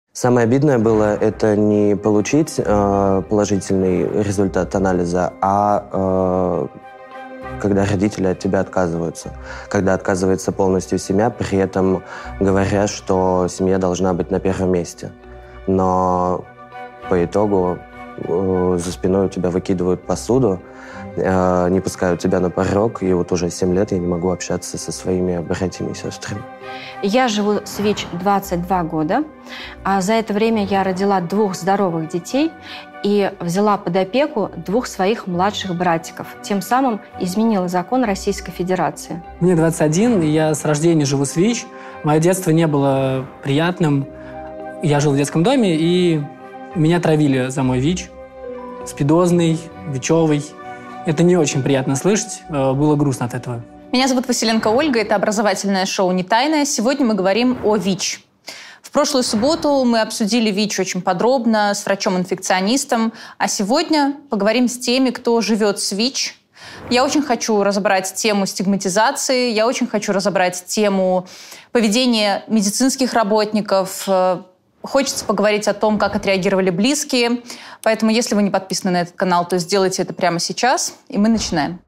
Самое обидное было это не получить положительный результат анализа, а когда родители от тебя отказываются. Когда отказывается полностью семья, при этом говоря, что семья должна быть на первом месте. Но по итогу за спиной у тебя выкидывают посуду, не пускают тебя на порог, и вот уже 7 лет я не могу общаться со своими братьями и сестрами. Я живу с ВИЧ 22 года, а за это время я родила 2 здоровых детей и взяла под опеку 2 своих младших братиков. Тем самым изменила закон Российской Федерации. Мне 21, и я с рождения живу с ВИЧ. Мое детство не было приятным. Я жил в детском доме, и меня травили за мой ВИЧ. Спидозный, ВИЧевый. Это не очень приятно слышать. Было грустно от этого. Меня зовут Василенко Ольга. Это образовательное шоу «Не тайное». Сегодня мы говорим о ВИЧ. В прошлую субботу мы обсудили ВИЧ очень подробно с врачом-инфекционистом. А сегодня поговорим с теми, кто живет с ВИЧ. Я очень хочу разобрать тему стигматизации. Я очень хочу разобрать тему поведения медицинских работников. Хочется поговорить о том, как отреагировали близкие. Поэтому, если вы не подписаны на этот канал, то сделайте это прямо сейчас. И мы начинаем.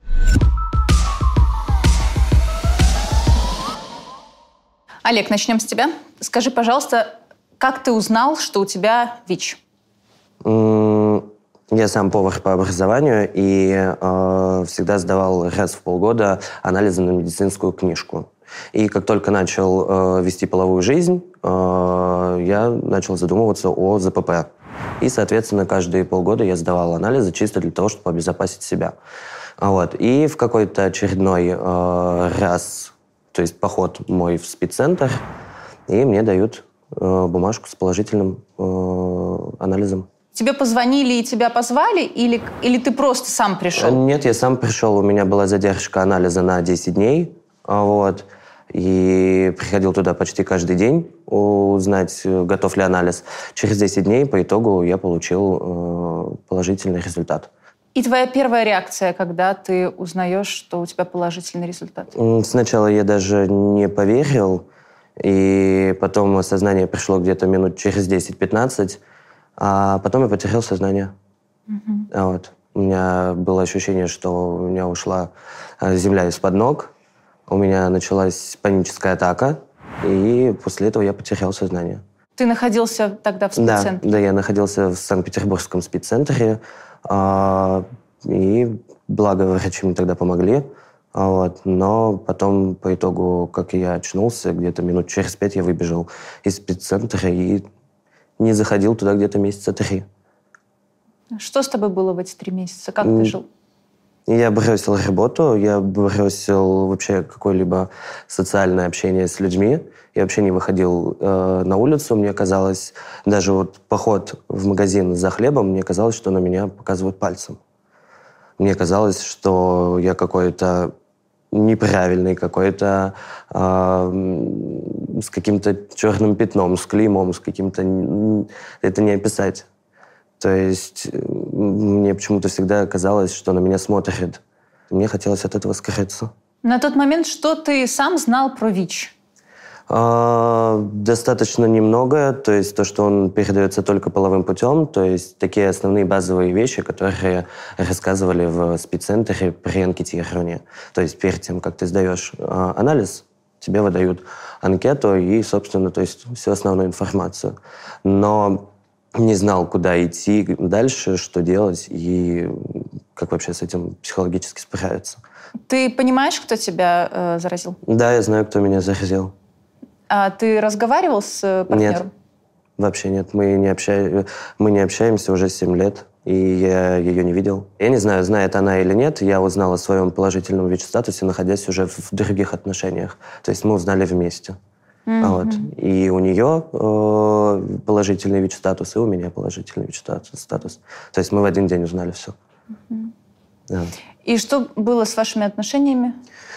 Олег, начнем с тебя. Скажи, пожалуйста, как ты узнал, что у тебя ВИЧ? Я сам повар по образованию и всегда сдавал раз в полгода анализы на медицинскую книжку. И как только начал вести половую жизнь, я начал задумываться о ЗПП. И, соответственно, каждые полгода я сдавал анализы чисто для того, чтобы обезопасить себя. Вот. И в какой-то очередной раз, то есть поход мой в спеццентр, и мне дают бумажку с положительным анализом. Тебе позвонили и тебя позвали, или ты просто сам пришел? Нет, я сам пришел. У меня была задержка анализа на 10 дней. Вот. И приходил туда почти каждый день узнать, готов ли анализ. Через 10 дней по итогу я получил положительный результат. И твоя первая реакция, когда ты узнаешь, что у тебя положительный результат? Сначала я даже не поверил, и потом осознание пришло где-то минут через 10-15, а потом я потерял сознание. Вот. У меня было ощущение, что у меня ушла земля из-под ног, у меня началась паническая атака, и после этого я потерял сознание. Ты находился тогда в спеццентре? Да, я находился в Санкт-Петербургском спеццентре, и благо врачи мне тогда помогли. Вот. Но потом, по итогу, как я очнулся, где-то минут через 5 я выбежал из спеццентра и не заходил туда где-то месяца 3. Что с тобой было в эти 3 месяца? Как ты жил? Я бросил работу, я бросил вообще какое-либо социальное общение с людьми. Я вообще не выходил на улицу. Мне казалось, даже вот поход в магазин за хлебом, мне казалось, что на меня показывают пальцем. Мне казалось, что я какой-то неправильный, какой-то с каким-то черным пятном, с клеймом, с каким-то... Это не описать. То есть мне почему-то всегда казалось, что на меня смотрят. Мне хотелось от этого скрыться. На тот момент что ты сам знал про ВИЧ? Достаточно немного. То есть то, что он передается только половым путем. То есть такие основные базовые вещи, которые рассказывали в спеццентре при анкетировании. То есть перед тем, как ты сдаешь анализ, тебе выдают анкету и, собственно, то есть всю основную информацию. Но не знал, куда идти дальше, что делать и как вообще с этим психологически справиться. Ты понимаешь, кто тебя заразил? Да, я знаю, кто меня заразил. А ты разговаривал с партнером? Нет, вообще нет. Мы не общаемся уже 7 лет, и я ее не видел. Я не знаю, знает она или нет. Я узнал о своем положительном ВИЧ-статусе, находясь уже в других отношениях. То есть мы узнали вместе. Вот. И у нее положительный ВИЧ-статус, и у меня положительный ВИЧ-статус. То есть мы в один день узнали все. Да. И что было с вашими отношениями?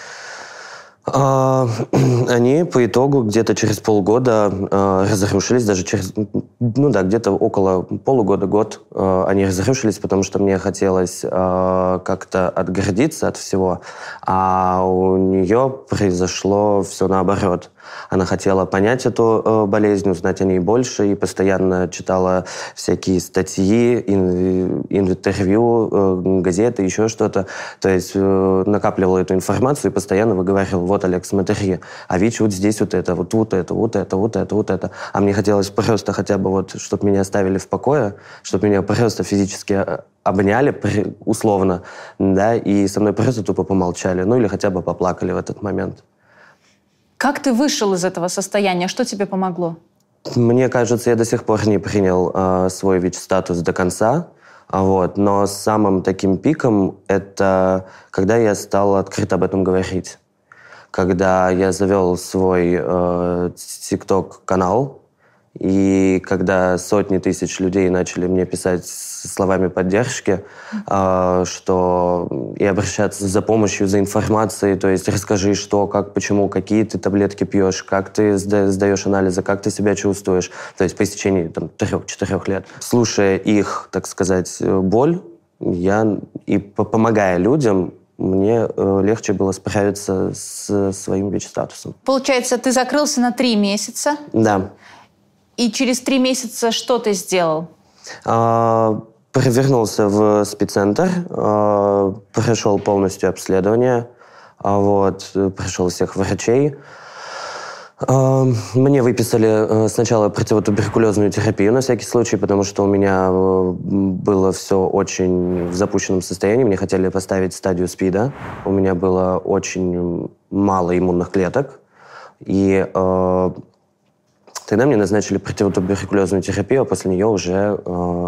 Они по итогу где-то через полгода разрушились, даже через, где-то около полугода-год они разрушились, потому что мне хотелось как-то отгородиться от всего, а у нее произошло все наоборот. Она хотела понять эту болезнь, узнать о ней больше, и постоянно читала всякие статьи, интервью, газеты, еще что-то. То есть накапливала эту информацию и постоянно выговаривала: вот, Олег, смотри, а ВИЧ вот здесь вот это, вот это, вот это, вот это, вот это. А мне хотелось просто хотя бы вот, чтобы меня оставили в покое, чтобы меня просто физически обняли, условно, да, и со мной просто тупо помолчали, ну или хотя бы поплакали в этот момент. Как ты вышел из этого состояния? Что тебе помогло? Мне кажется, я до сих пор не принял свой ВИЧ-статус до конца, вот, но самым таким пиком это когда я стал открыто об этом говорить. Когда я завел свой TikTok-канал, и когда сотни тысяч людей начали мне писать словами поддержки, что и обращаться за помощью, за информацией, то есть расскажи, что, как, почему, какие ты таблетки пьешь, как ты сдаешь анализы, как ты себя чувствуешь, то есть по истечении 3-4 лет. Слушая их, так сказать, боль, я и помогая людям, мне легче было справиться с своим ВИЧ-статусом. Получается, ты закрылся на 3 месяца? Да. И через 3 месяца что ты сделал? Вернулся в спеццентр, прошел полностью обследование, прошел всех врачей. Мне выписали сначала противотуберкулезную терапию на всякий случай, потому что у меня было все очень в запущенном состоянии. Мне хотели поставить стадию СПИДа. У меня было очень мало иммунных клеток. И тогда мне назначили противотуберкулезную терапию, а после нее уже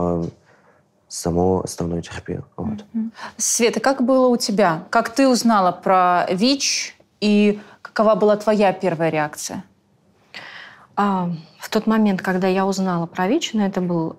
саму основную терапию. Вот. Света, как было у тебя? Как ты узнала про ВИЧ и какова была твоя первая реакция? В тот момент, когда я узнала про ВИЧ, это был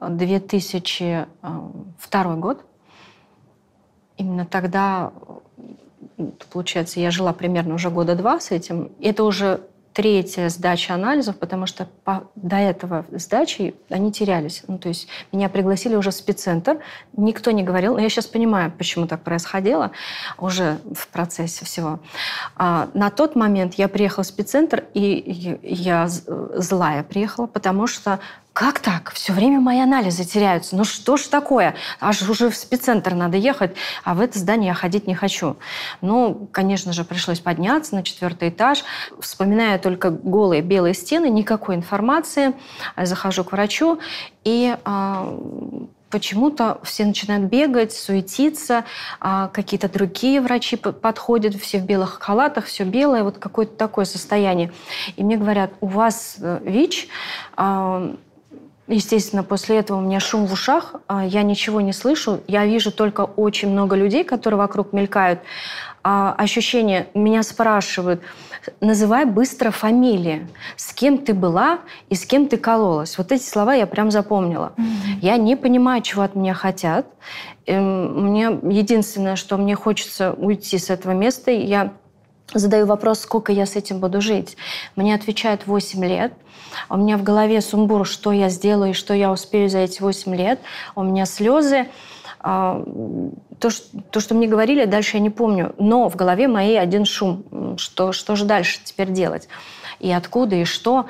2002 год, именно тогда, получается, я жила примерно уже 2 года с этим. Это уже 3-я сдача анализов, потому что до этого сдачи они терялись. Ну, то есть меня пригласили уже в спеццентр, никто не говорил. Но я сейчас понимаю, почему так происходило уже в процессе всего. На тот момент я приехала в спеццентр, и я злая приехала, потому что как так? Все время мои анализы теряются. Ну что ж такое? Аж уже в спеццентр надо ехать, а в это здание я ходить не хочу. Ну, конечно же, пришлось подняться на 4-й этаж. Вспоминаю только голые белые стены, никакой информации. Захожу к врачу, и почему-то все начинают бегать, суетиться, какие-то другие врачи подходят, все в белых халатах, все белое, вот какое-то такое состояние. И мне говорят: у вас ВИЧ. Естественно, после этого у меня шум в ушах, я ничего не слышу, я вижу только очень много людей, которые вокруг мелькают. Ощущение, меня спрашивают: называй быстро фамилии, с кем ты была и с кем ты кололась. Вот эти слова я прям запомнила. Я не понимаю, чего от меня хотят. Мне единственное, что мне хочется уйти с этого места, я задаю вопрос, сколько я с этим буду жить. Мне отвечают 8 лет. У меня в голове сумбур, что я сделаю и что я успею за эти 8 лет. У меня слезы. То, что мне говорили, дальше я не помню. Но в голове моей один шум. Что же дальше теперь делать? И откуда, и что.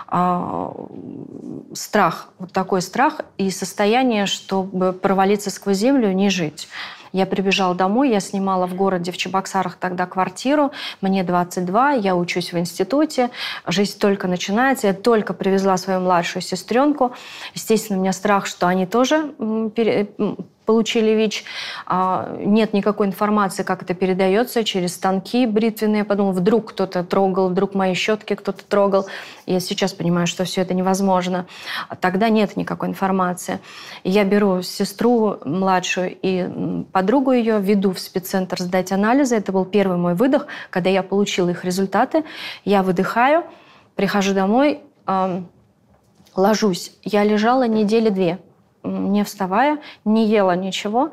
Страх. Вот такой страх и состояние, чтобы провалиться сквозь землю, не жить. Я прибежала домой, я снимала в городе, в Чебоксарах тогда квартиру. Мне 22, я учусь в институте. Жизнь только начинается. Я только привезла свою младшую сестренку. Естественно, у меня страх, что они тоже получили ВИЧ. Нет никакой информации, как это передается через станки бритвенные. Я подумала, вдруг кто-то трогал, вдруг мои щетки кто-то трогал. Я сейчас понимаю, что все это невозможно. Тогда нет никакой информации. Я беру сестру младшую и подругу ее, веду в спеццентр сдать анализы. Это был первый мой выдох, когда я получила их результаты. Я выдыхаю, прихожу домой, ложусь. Я лежала 2 недели. Не вставая, не ела ничего,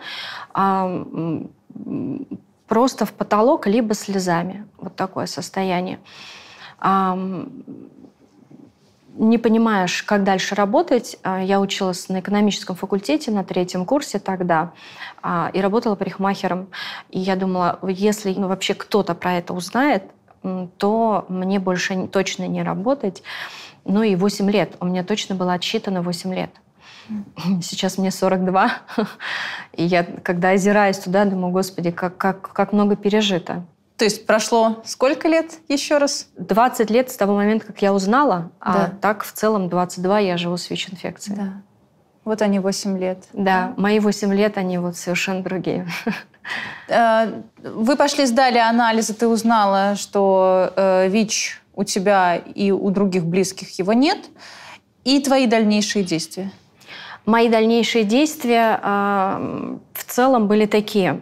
просто в потолок, либо слезами. Вот такое состояние. Не понимаешь, как дальше работать. Я училась на экономическом факультете на 3-м курсе тогда и работала парикмахером. И я думала, если вообще кто-то про это узнает, то мне больше точно не работать. Ну и 8 лет. У меня точно было отсчитано 8 лет. Сейчас мне 42. И я, когда озираюсь туда, думаю, господи, как много пережито. То есть прошло сколько лет еще раз? 20 лет с того момента, как я узнала, Да. а так в целом 22 я живу с ВИЧ-инфекцией. Да. Вот они 8 лет. Да, мои 8 лет, они вот совершенно другие. Вы пошли, сдали анализы, ты узнала, что ВИЧ у тебя и у других близких его нет. И твои дальнейшие действия? Мои дальнейшие действия в целом были такие.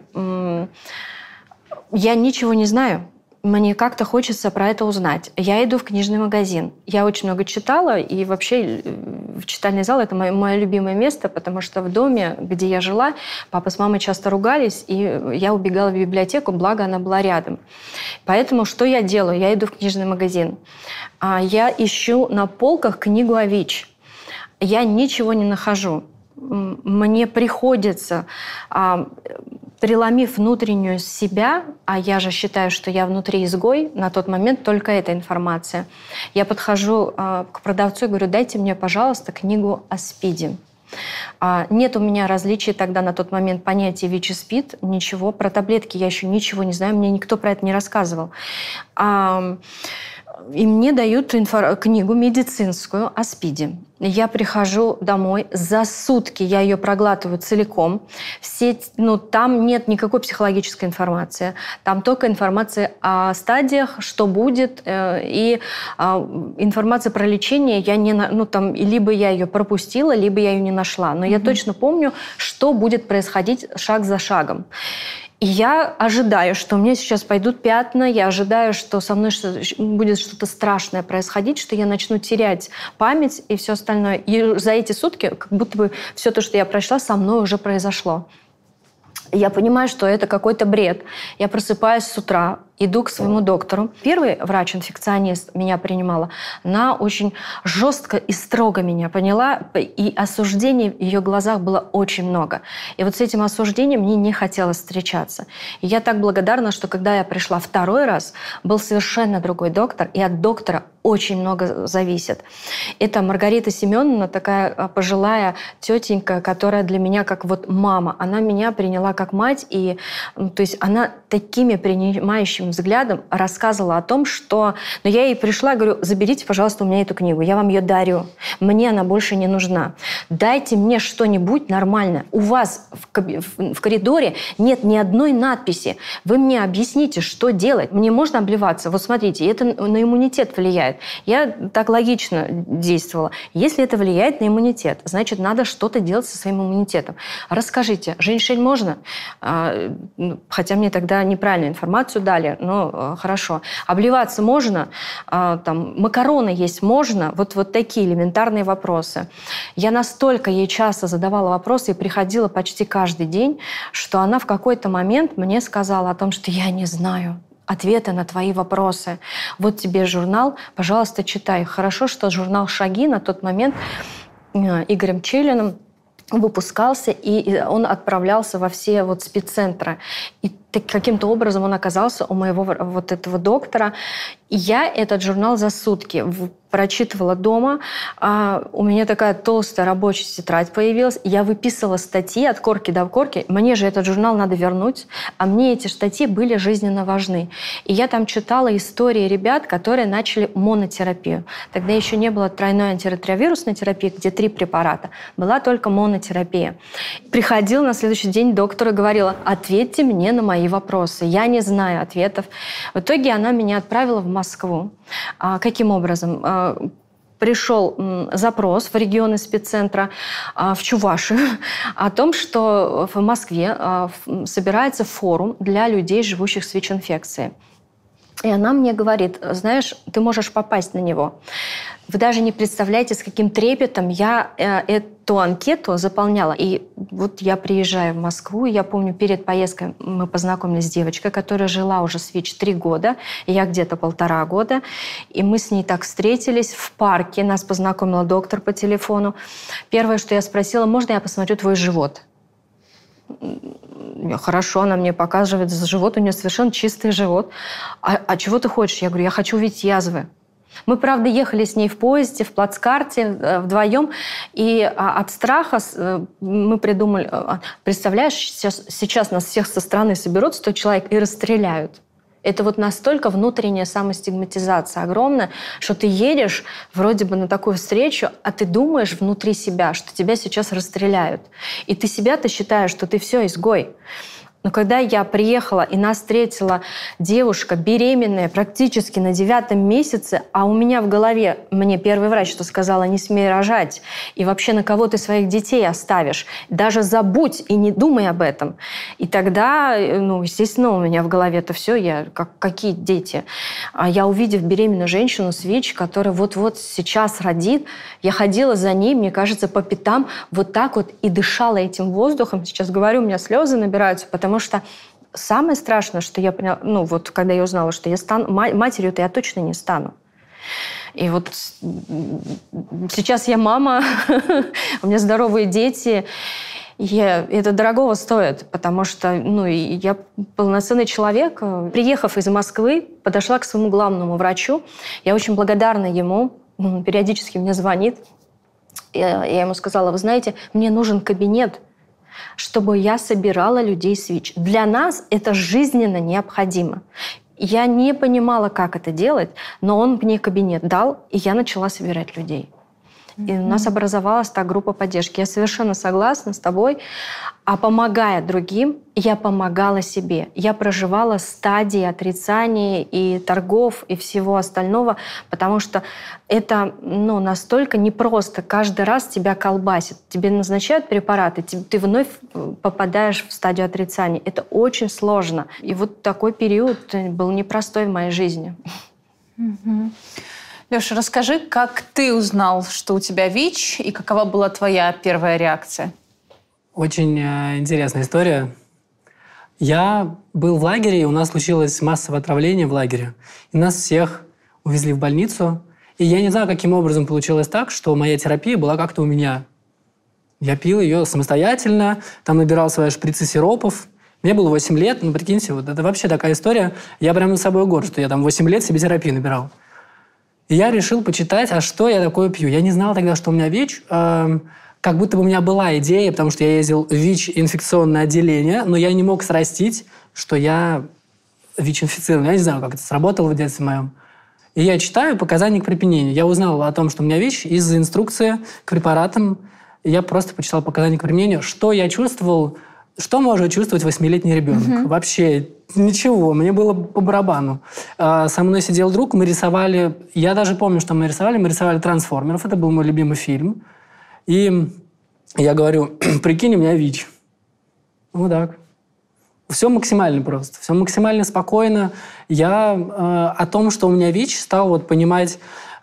Я ничего не знаю. Мне как-то хочется про это узнать. Я иду в книжный магазин. Я очень много читала, и вообще в читальный зал – это мое любимое место, потому что в доме, где я жила, папа с мамой часто ругались, и я убегала в библиотеку, благо она была рядом. Поэтому что я делаю? Я иду в книжный магазин. Я ищу на полках книгу о ВИЧ. Я ничего не нахожу. Мне приходится, преломив внутреннюю себя, а я же считаю, что я внутри изгой, на тот момент только эта информация. Я подхожу к продавцу и говорю, дайте мне, пожалуйста, книгу о СПИДе. Нет у меня различий тогда на тот момент понятия ВИЧ и СПИД, ничего. Про таблетки я еще ничего не знаю, мне никто про это не рассказывал. И мне дают книгу медицинскую о СПИДе. Я прихожу домой, за сутки я ее проглатываю целиком. Там нет никакой психологической информации. Там только информация о стадиях, что будет, и информация про лечение. Либо я ее пропустила, либо я ее не нашла. Но я точно помню, что будет происходить шаг за шагом. И я ожидаю, что у меня сейчас пойдут пятна, я ожидаю, что со мной будет что-то страшное происходить, что я начну терять память и все остальное. И за эти сутки как будто бы все то, что я прочла, со мной уже произошло. Я понимаю, что это какой-то бред. Я просыпаюсь с утра, иду к своему доктору. Первый врач-инфекционист меня принимала. Она очень жестко и строго меня поняла, и осуждений в ее глазах было очень много. И вот с этим осуждением мне не хотелось встречаться. И я так благодарна, что когда я пришла второй раз, был совершенно другой доктор, и от доктора очень много зависит. Это Маргарита Семеновна, такая пожилая тетенька, которая для меня как вот мама. Она меня приняла как мать, и то есть она такими принимающими взглядом рассказывала о том, что... Но я ей пришла, говорю, заберите, пожалуйста, у меня эту книгу, я вам ее дарю. Мне она больше не нужна. Дайте мне что-нибудь нормальное. У вас в коридоре нет ни одной надписи. Вы мне объясните, что делать. Мне можно обливаться? Вот смотрите, это на иммунитет влияет. Я так логично действовала. Если это влияет на иммунитет, значит, надо что-то делать со своим иммунитетом. Расскажите, женьшень можно? Хотя мне тогда неправильную информацию дали, но хорошо. Обливаться можно? Макароны есть можно? Вот такие элементарные вопросы. Я настолько ей часто задавала вопросы и приходила почти каждый день, что она в какой-то момент мне сказала о том, что я не знаю ответы на твои вопросы. Вот тебе журнал, пожалуйста, читай. Хорошо, что журнал «Шаги» на тот момент Игорем Челиным выпускался, и он отправлялся во все спеццентры. И каким-то образом он оказался у моего этого доктора. И я этот журнал за сутки прочитывала дома. У меня такая толстая рабочая тетрадь появилась. Я выписывала статьи от корки до корки. Мне же этот журнал надо вернуть. А мне эти статьи были жизненно важны. И я там читала истории ребят, которые начали монотерапию. Тогда еще не было тройной антиретровирусной терапии, где 3 препарата. Была только монотерапия. Приходила на следующий день доктор и говорила, ответьте мне на мои вопросы. Я не знаю ответов. В итоге она меня отправила в Москву. Каким образом? Пришел запрос в регионы спеццентра в Чувашию о том, что в Москве собирается форум для людей, живущих с ВИЧ-инфекцией. И она мне говорит, знаешь, ты можешь попасть на него. Вы даже не представляете, с каким трепетом я эту анкету заполняла. И вот я приезжаю в Москву, и я помню, перед поездкой мы познакомились с девочкой, которая жила уже с ВИЧ 3 года, и я где-то 1,5 года. И мы с ней так встретились в парке, нас познакомила доктор по телефону. Первое, что я спросила, можно я посмотрю твой живот? Хорошо, она мне показывает живот, у нее совершенно чистый живот. А чего ты хочешь? Я говорю, я хочу увидеть язвы. Мы, правда, ехали с ней в поезде, в плацкарте вдвоем, и от страха мы придумали... Представляешь, сейчас нас всех со стороны соберут 100 человек и расстреляют. Это вот настолько внутренняя самостигматизация огромная, что ты едешь вроде бы на такую встречу, а ты думаешь внутри себя, что тебя сейчас расстреляют. И ты себя-то считаешь, что ты все, изгой. Но когда я приехала, и нас встретила девушка беременная практически на 9 месяце, а у меня в голове, мне первый врач что сказала, не смей рожать, и вообще на кого ты своих детей оставишь, даже забудь и не думай об этом. И тогда, естественно, у меня в голове-то все, какие дети? А я, увидев беременную женщину с ВИЧ, которая вот-вот сейчас родит, я ходила за ней, мне кажется, по пятам вот так вот и дышала этим воздухом. Сейчас говорю, у меня слезы набираются, потому что самое страшное, что я поняла, когда я узнала, что я стану матерью-то я точно не стану. И вот сейчас я мама, у меня здоровые дети, и это дорогого стоит, потому что я полноценный человек. Приехав из Москвы, подошла к своему главному врачу. Я очень благодарна ему, он периодически мне звонит. Я ему сказала, вы знаете, мне нужен кабинет, чтобы я собирала людей с ВИЧ. Для нас это жизненно необходимо. Я не понимала, как это делать, но он мне кабинет дал, и я начала собирать людей. И у нас образовалась та группа поддержки. Я совершенно согласна с тобой. А помогая другим, я помогала себе. Я проживала стадии отрицания и торгов, и всего остального, потому что это настолько непросто. Каждый раз тебя колбасит. Тебе назначают препараты, ты вновь попадаешь в стадию отрицания. Это очень сложно. И вот такой период был непростой в моей жизни. Леша, расскажи, как ты узнал, что у тебя ВИЧ, и какова была твоя первая реакция? Очень интересная история. Я был в лагере, и у нас случилось массовое отравление в лагере. И нас всех увезли в больницу. И я не знаю, каким образом получилось так, что моя терапия была как-то у меня. Я пил ее самостоятельно, там набирал свои шприцы сиропов. Мне было 8 лет, прикиньте, вот это вообще такая история. Я прям над собой горд, что я там 8 лет себе терапию набирал. И я решил почитать, а что я такое пью. Я не знал тогда, что у меня ВИЧ. Как будто бы у меня была идея, потому что я ездил в ВИЧ-инфекционное отделение, но я не мог срастить, что я ВИЧ-инфицирован. Я не знаю, как это сработало в детстве моем. И я читаю показания к применению. Я узнал о том, что у меня ВИЧ из инструкции к препаратам. И я просто почитал показания к применению. Что я чувствовал, что может чувствовать 8-летний ребенок? Вообще ничего, мне было по барабану. Со мной сидел друг, мы рисовали... Я даже помню, что мы рисовали «Трансформеров». Это был мой любимый фильм. И я говорю, прикинь, у меня ВИЧ. Вот так. Все максимально просто, все максимально спокойно. Я о том, что у меня ВИЧ, стал понимать,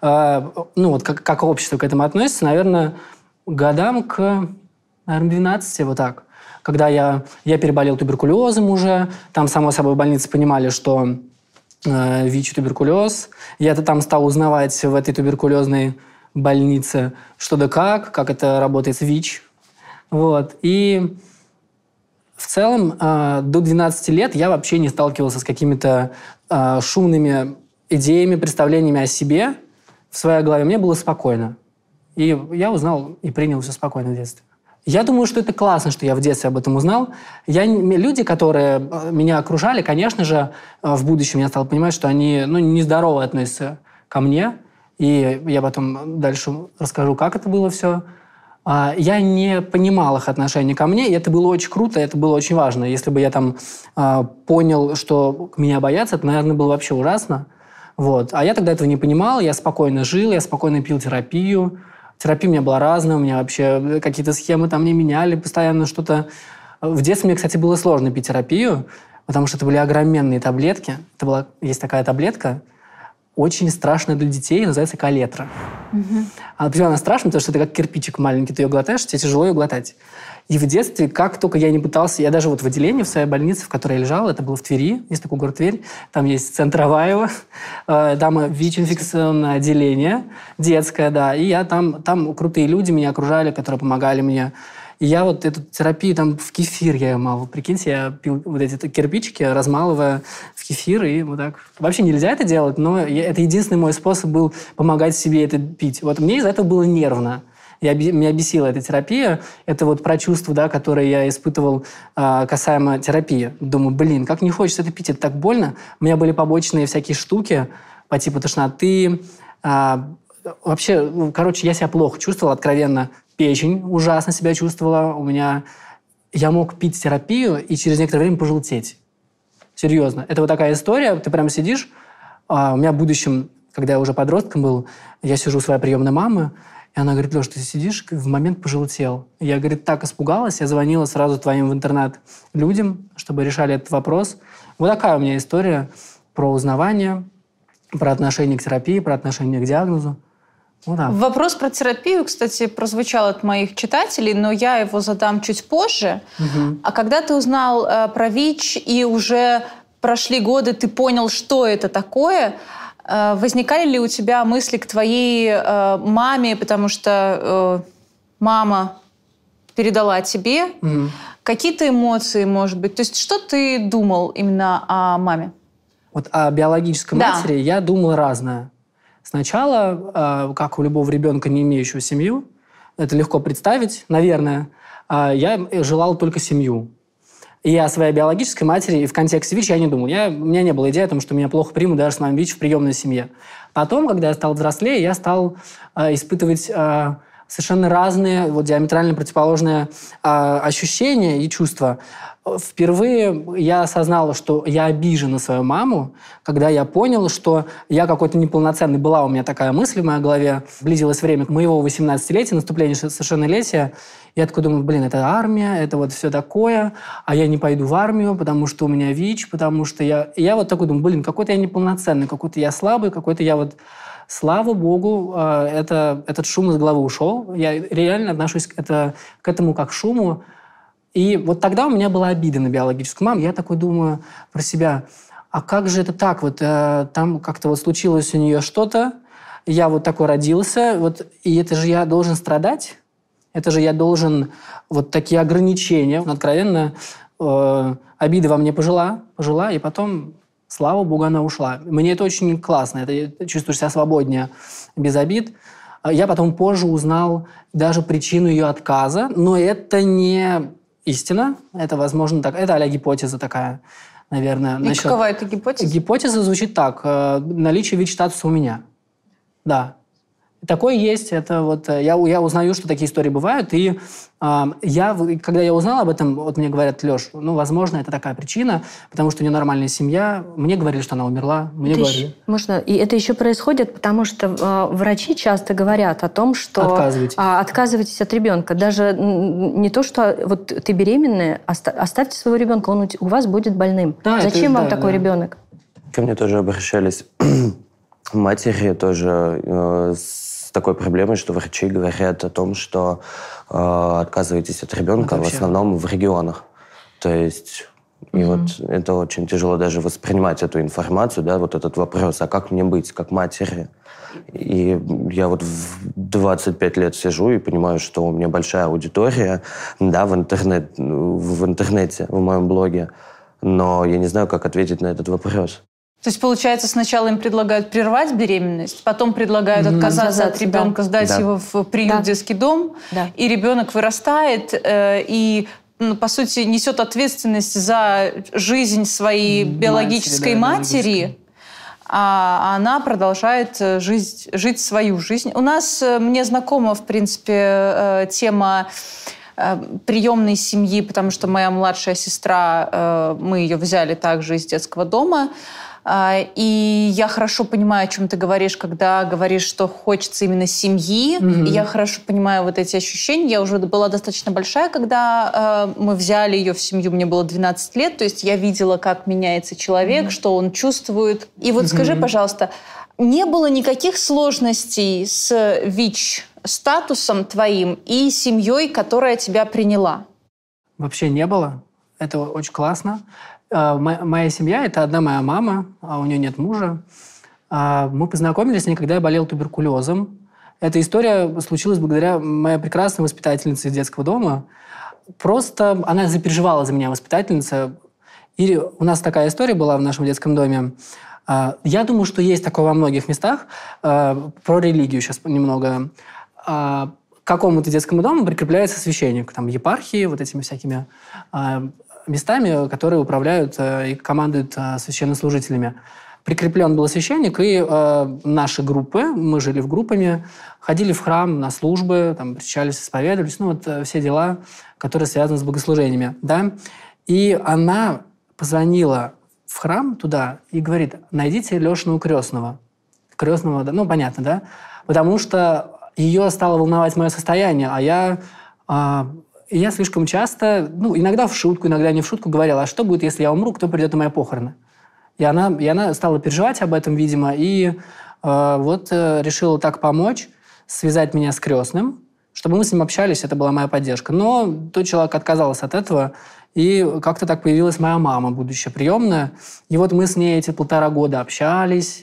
как общество к этому относится, наверное, годам к 12, вот так. Когда я переболел туберкулезом уже, там, само собой, в больнице понимали, что ВИЧ и туберкулез. Я-то там стал узнавать в этой туберкулезной больнице, что да как это работает с ВИЧ. Вот. И в целом до 12 лет я вообще не сталкивался с какими-то шумными идеями, представлениями о себе в своей голове. Мне было спокойно. И я узнал и принял все спокойно в детстве. Я думаю, что это классно, что я в детстве об этом узнал. Люди, которые меня окружали, конечно же, в будущем я стал понимать, что они нездорово относятся ко мне. И я потом дальше расскажу, как это было все. Я не понимал их отношения ко мне, и это было очень круто, это было очень важно. Если бы я там понял, что меня боятся, это, наверное, было вообще ужасно. Вот. А я тогда этого не понимал, я спокойно жил, я спокойно пил терапию. Терапия у меня была разная, у меня вообще какие-то схемы там не меняли, постоянно что-то. В детстве мне, кстати, было сложно пить терапию, потому что это были огроменные таблетки. Есть такая таблетка, очень страшная для детей, называется калетра. Почему она страшная? Потому что это как кирпичик маленький, ты ее глотаешь, тебе тяжело ее глотать. И в детстве, как только я не пытался, я даже в отделении в своей больнице, в которой я лежал, это было в Твери, есть такой город Тверь, там есть центр Аваева, там ВИЧ-инфекционное отделение, детское, да, и я там крутые люди меня окружали, которые помогали мне. И я вот эту терапию там в кефир я мал. Прикиньте, я пил вот эти кирпичики, размалывая в кефир, и вот так. Вообще нельзя это делать, но это единственный мой способ был помогать себе это пить. Вот мне из-за этого было нервно. Меня бесила эта терапия. Это вот про чувства, да, которые я испытывал касаемо терапии. Думаю, блин, как не хочется это пить, это так больно. У меня были побочные всякие штуки по типу тошноты. Вообще, короче, я себя плохо чувствовал, откровенно. Печень ужасно себя чувствовала. Я мог пить терапию и через некоторое время пожелтеть. Серьезно. Это вот такая история. Ты прямо сидишь. У меня в будущем, когда я уже подростком был, я сижу у своей приемной мамы, и она говорит: Леш, ты сидишь, в момент пожелтел. Я, говорит, так испугалась, я звонила сразу твоим в интернет людям, чтобы решали этот вопрос. Вот такая у меня история про узнавание, про отношение к терапии, про отношение к диагнозу. Вот так. Вопрос про терапию, кстати, прозвучал от моих читателей, но я его задам чуть позже. А когда ты узнал про ВИЧ и уже прошли годы, ты понял, что это такое, возникали ли у тебя мысли к твоей маме, потому что мама передала тебе? Какие-то эмоции, может быть? То есть что ты думал именно о маме? Вот о биологической матери я думал разное. Сначала, как у любого ребенка, не имеющего семью, это легко представить, наверное, я желал только семью. И о своей биологической матери и в контексте ВИЧ я не думал. У меня не было идеи о том, что меня плохо примут даже с моим ВИЧ в приемной семье. Потом, когда я стал взрослее, я стал испытывать совершенно разные, вот, диаметрально противоположные ощущения и чувства. Впервые я осознал, что я обижен на свою маму, когда я понял, что я какой-то неполноценный. Была у меня такая мысль в моей голове. Близилось время моего 18-летия, наступления совершеннолетия. Я такой думаю, блин, это армия, это вот все такое, а я не пойду в армию, потому что у меня ВИЧ, потому что я... И я вот такой думаю, блин, какой-то я неполноценный, какой-то я слабый, какой-то я вот... Слава богу, этот шум из головы ушел. Я реально отношусь к этому как к шуму. И вот тогда у меня была обида на биологическую маму. Я такой думаю про себя, а как же это так? Вот там как-то вот случилось у нее что-то, я вот такой родился, вот, и это же я должен страдать? Это же я должен вот такие ограничения. Откровенно, обида во мне пожила, и потом, слава богу, она ушла. Мне это очень классно, это чувствуешь себя свободнее, без обид. Я потом позже узнал даже причину ее отказа, но это не истина, это, возможно, так. Это а-ля гипотеза такая, наверное. И какова эта гипотеза? Гипотеза звучит так. Наличие ВИЧ-статуса у меня. Да. Такое есть. Это вот, я узнаю, что такие истории бывают. И когда я узнал об этом, вот мне говорят, Леш, возможно, это такая причина, потому что у нее нормальная семья. Мне говорили, что она умерла. И это еще происходит, потому что врачи часто говорят о том, что отказывайтесь от ребенка. Даже не то, что вот ты беременная, оставьте своего ребенка, он у вас будет больным. Да, зачем вам такой ребенок? Ко мне тоже обращались матери тоже с такой проблемой, что врачи говорят о том, что отказываетесь от ребенка в основном в регионах. То есть и вот это очень тяжело даже воспринимать эту информацию, да, вот этот вопрос, а как мне быть, как матери? И я вот в 25 лет сижу и понимаю, что у меня большая аудитория, да, в интернете, в моем блоге, но я не знаю, как ответить на этот вопрос. То есть, получается, сначала им предлагают прервать беременность, потом предлагают отказаться от ребенка, сдать его в приют, детский дом, и ребенок вырастает и, по сути, несет ответственность за жизнь своей биологической матери, а она продолжает жить свою жизнь. У нас, мне знакома, в принципе, тема приемной семьи, потому что моя младшая сестра, мы ее взяли также из детского дома. И я хорошо понимаю, о чем ты говоришь, когда говоришь, что хочется именно семьи. И я хорошо понимаю вот эти ощущения. Я уже была достаточно большая, когда мы взяли ее в семью. Мне было 12 лет. То есть я видела, как меняется человек, что он чувствует. И вот скажи, пожалуйста, не было никаких сложностей с ВИЧ-статусом твоим и семьей, которая тебя приняла? Вообще не было. Это очень классно. Моя семья – это одна моя мама, а у нее нет мужа. Мы познакомились с ней, когда я болел туберкулезом. Эта история случилась благодаря моей прекрасной воспитательнице из детского дома. Просто она запереживала за меня, воспитательница. И у нас такая история была в нашем детском доме. Я думаю, что есть такое во многих местах. Про религию сейчас немного. К какому-то детскому дому прикрепляется священник. Там епархии, вот этими всякими местами, которые управляют и командуют священнослужителями. Прикреплен был священник, и наши группы, мы жили в группами, ходили в храм на службы, там, встречались, исповедовались, все дела, которые связаны с богослужениями. Да? И она позвонила в храм туда и говорит: найдите Лешину крестного. Крестного, понятно, да? Потому что ее стало волновать мое состояние, а я слишком часто, иногда в шутку, иногда не в шутку говорила: а что будет, если я умру, кто придет на мои похороны? И она стала переживать об этом, видимо, и решила так помочь, связать меня с крестным, чтобы мы с ним общались, это была моя поддержка. Но тот человек отказался от этого, и как-то так появилась моя мама, будущая приемная. И вот мы с ней эти 1,5 года общались,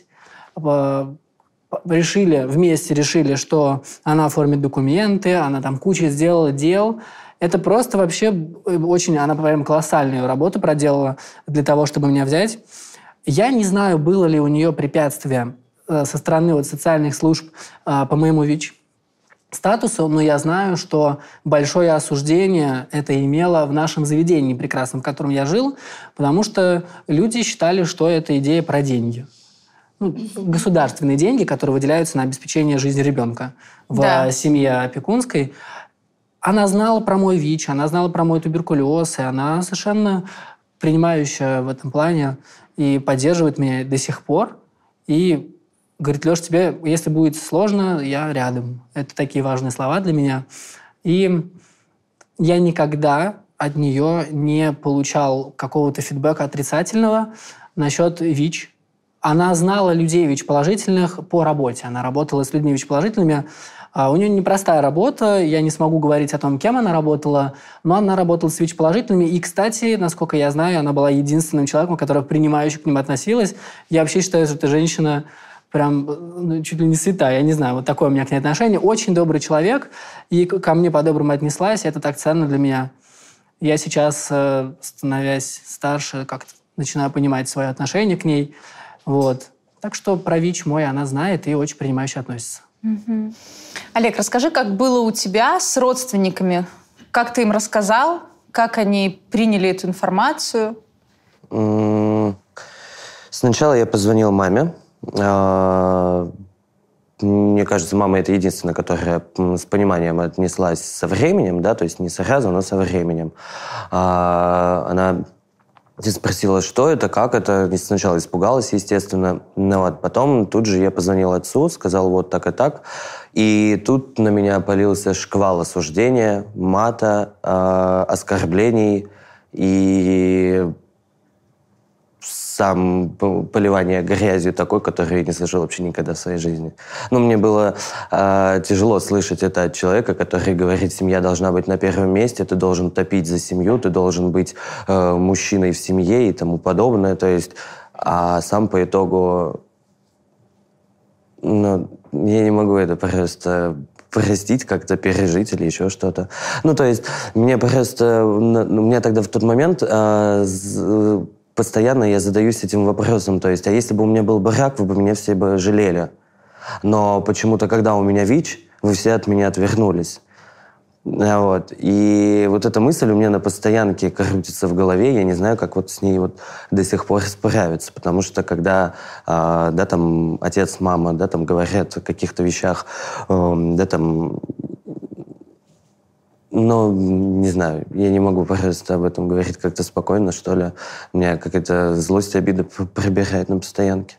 вместе решили, что она оформит документы, она там кучу сделала дел. Это просто вообще очень... Она прям колоссальную работу проделала для того, чтобы меня взять. Я не знаю, было ли у нее препятствие со стороны социальных служб по моему ВИЧ-статусу, но я знаю, что большое осуждение это имело в нашем заведении прекрасном, в котором я жил, потому что люди считали, что это идея про деньги. Государственные деньги, которые выделяются на обеспечение жизни ребенка в семье опекунской. Она знала про мой ВИЧ, она знала про мой туберкулез, и она совершенно принимающая в этом плане и поддерживает меня до сих пор. И говорит: Леш, тебе, если будет сложно, я рядом. Это такие важные слова для меня. И я никогда от нее не получал какого-то фидбэка отрицательного насчет ВИЧ. Она знала людей ВИЧ-положительных по работе. Она работала с людьми ВИЧ-положительными. У нее непростая работа. Я не смогу говорить о том, кем она работала, но она работала с ВИЧ-положительными. И, кстати, насколько я знаю, она была единственным человеком, которая принимающе к ним относилась. Я вообще считаю, что эта женщина прям чуть ли не святая. Я не знаю, вот такое у меня к ней отношение. Очень добрый человек. И ко мне по-доброму отнеслась. Это так ценно для меня. Я сейчас, становясь старше, как-то начинаю понимать свое отношение к ней. Вот. Так что про ВИЧ мой она знает и очень принимающе относится. Угу. Олег, расскажи, как было у тебя с родственниками? Как ты им рассказал? Как они приняли эту информацию? Сначала я позвонил маме. Мне кажется, мама это единственная, которая с пониманием отнеслась со временем, да, то есть не сразу, но со временем. Она спросила, что это, как это. Сначала испугалась, естественно. Потом тут же я позвонил отцу, сказал вот так и так. И тут на меня полился шквал осуждения, мата, оскорблений и сам поливание грязью такой, который я не слышал вообще никогда в своей жизни. Мне было тяжело слышать это от человека, который говорит: семья должна быть на первом месте, ты должен топить за семью, ты должен быть мужчиной в семье и тому подобное. То есть, а сам по итогу, я не могу это просто простить, как-то пережить или еще что-то. То есть, мне просто... У меня тогда в тот момент... Постоянно я задаюсь этим вопросом. То есть, а если бы у меня был брак, вы бы меня все бы жалели. Но почему-то, когда у меня ВИЧ, вы все от меня отвернулись. И вот эта мысль у меня на постоянке крутится в голове. Я не знаю, как с ней до сих пор справиться. Потому что, когда отец, мама, говорят о каких-то вещах, не знаю, я не могу просто об этом говорить как-то спокойно, что ли. У меня какая-то злость, обида пробирает на постоянке.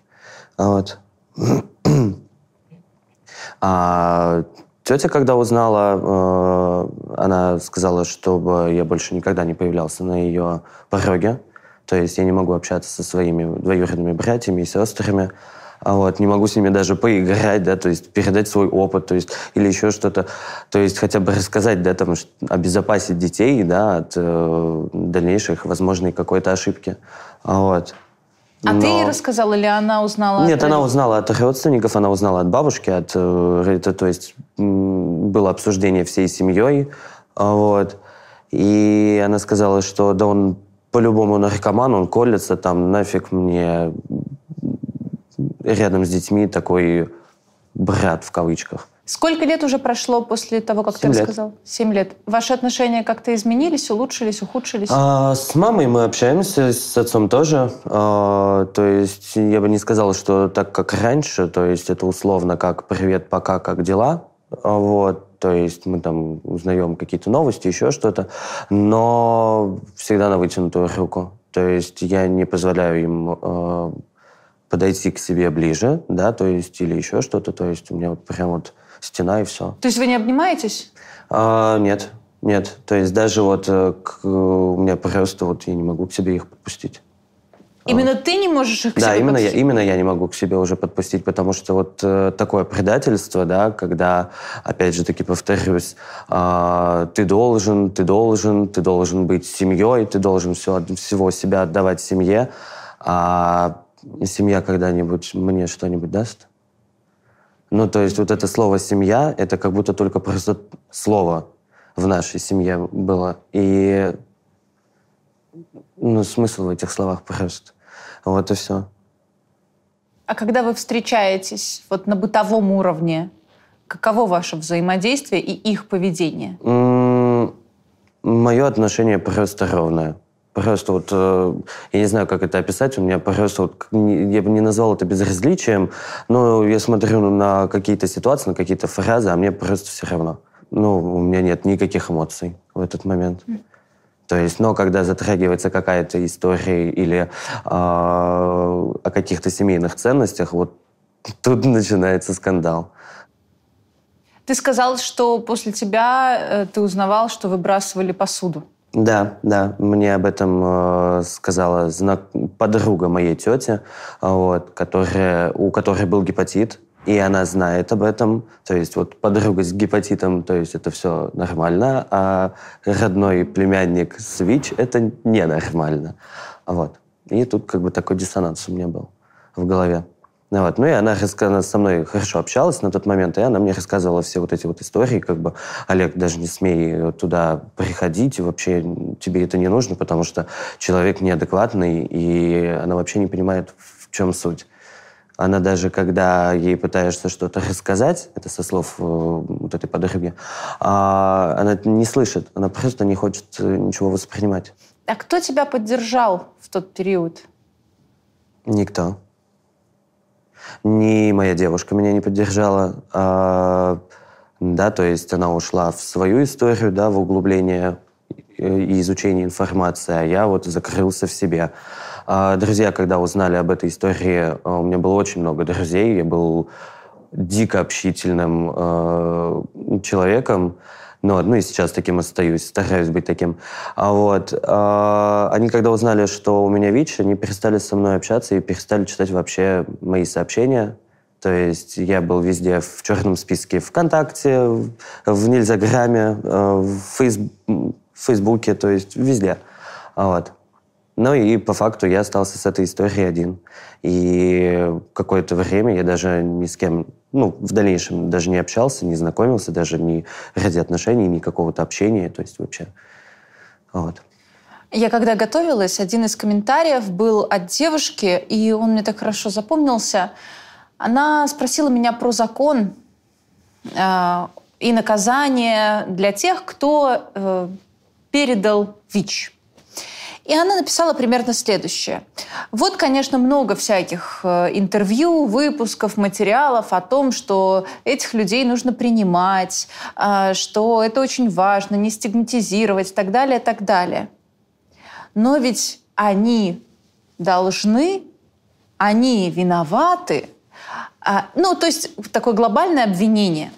А тетя, когда узнала, она сказала, чтобы я больше никогда не появлялся на ее пороге. То есть я не могу общаться со своими двоюродными братьями и сестрами. Не могу с ними даже поиграть, да, то есть передать свой опыт, то есть, или еще что-то, то есть хотя бы рассказать, да, обезопасить детей, да, от дальнейших возможной какой-то ошибки. А ты ей рассказала, или она узнала? Нет, она узнала от родственников, она узнала от бабушки, то есть было обсуждение всей семьей, вот. И она сказала, что да он по-любому наркоман, он колется, там нафиг мне рядом с детьми такой брат в кавычках. Сколько лет уже прошло после того, как ты рассказал? 7 лет. Ваши отношения как-то изменились, улучшились, ухудшились? С мамой мы общаемся, с отцом тоже. То есть я бы не сказал, что так, как раньше. То есть это условно как «привет, пока, как дела?». Вот. То есть мы там узнаем какие-то новости, еще что-то. Но всегда на вытянутую руку. То есть я не позволяю им подойти к себе ближе, да, то есть или еще что-то. То есть у меня вот прям вот стена и все. То есть вы не обнимаетесь? Нет. То есть даже вот у меня просто вот я не могу к себе их подпустить. Именно ты не можешь их к себе подпустить? Да, именно я не могу к себе уже подпустить, потому что вот такое предательство, да, когда, опять же таки повторюсь, ты должен быть семьей, ты должен всего себя отдавать семье, а семья когда-нибудь мне что-нибудь даст? Ну, то есть вот это слово «семья» — это как будто только просто слово в нашей семье было. И смысл в этих словах просто. Вот и все. А когда вы встречаетесь вот на бытовом уровне, каково ваше взаимодействие и их поведение? Мое отношение просто ровное. Просто вот, я не знаю, как это описать, у меня просто, вот, я бы не назвал это безразличием, но я смотрю на какие-то ситуации, на какие-то фразы, а мне просто все равно. У меня нет никаких эмоций в этот момент. То есть, но когда затрагивается какая-то история или о каких-то семейных ценностях, вот тут начинается скандал. Ты сказал, что после тебя ты узнавал, что выбрасывали посуду. Да, мне об этом сказала подруга моей тети, вот, у которой был гепатит, и она знает об этом. То есть вот подруга с гепатитом, то есть это все нормально, а родной племянник с ВИЧ — это ненормально. Вот. И тут как бы такой диссонанс у меня был в голове. Вот. И она со мной хорошо общалась на тот момент, и она мне рассказывала все вот эти вот истории, как бы: Олег, даже не смей туда приходить, и вообще тебе это не нужно, потому что человек неадекватный, и она вообще не понимает, в чем суть. Она даже, когда ей пытаешься что-то рассказать, это со слов вот этой подруги, она не слышит, она просто не хочет ничего воспринимать. А кто тебя поддержал в тот период? Никто. Ни моя девушка меня не поддержала. Да, то есть она ушла в свою историю, да, в углубление и изучение информации, а я вот закрылся в себе. Друзья, когда узнали об этой истории, у меня было очень много друзей, я был дико общительным человеком, и сейчас таким остаюсь, стараюсь быть таким. Они, когда узнали, что у меня ВИЧ, они перестали со мной общаться и перестали читать вообще мои сообщения. То есть я был везде в черном списке ВКонтакте, в Нельзяграме, в Фейсбуке, то есть везде. И по факту я остался с этой историей один. И какое-то время я даже ни с кем, в дальнейшем даже не общался, не знакомился, даже ни ради отношений, ни какого-то общения, то есть вообще. Я когда готовилась, один из комментариев был от девушки, и он мне так хорошо запомнился. Она спросила меня про закон и наказание для тех, кто передал ВИЧ. И она написала примерно следующее. Вот, конечно, много всяких интервью, выпусков, материалов о том, что этих людей нужно принимать, что это очень важно, не стигматизировать и так далее, и так далее. Но ведь они должны, они виноваты. То есть такое глобальное обвинение.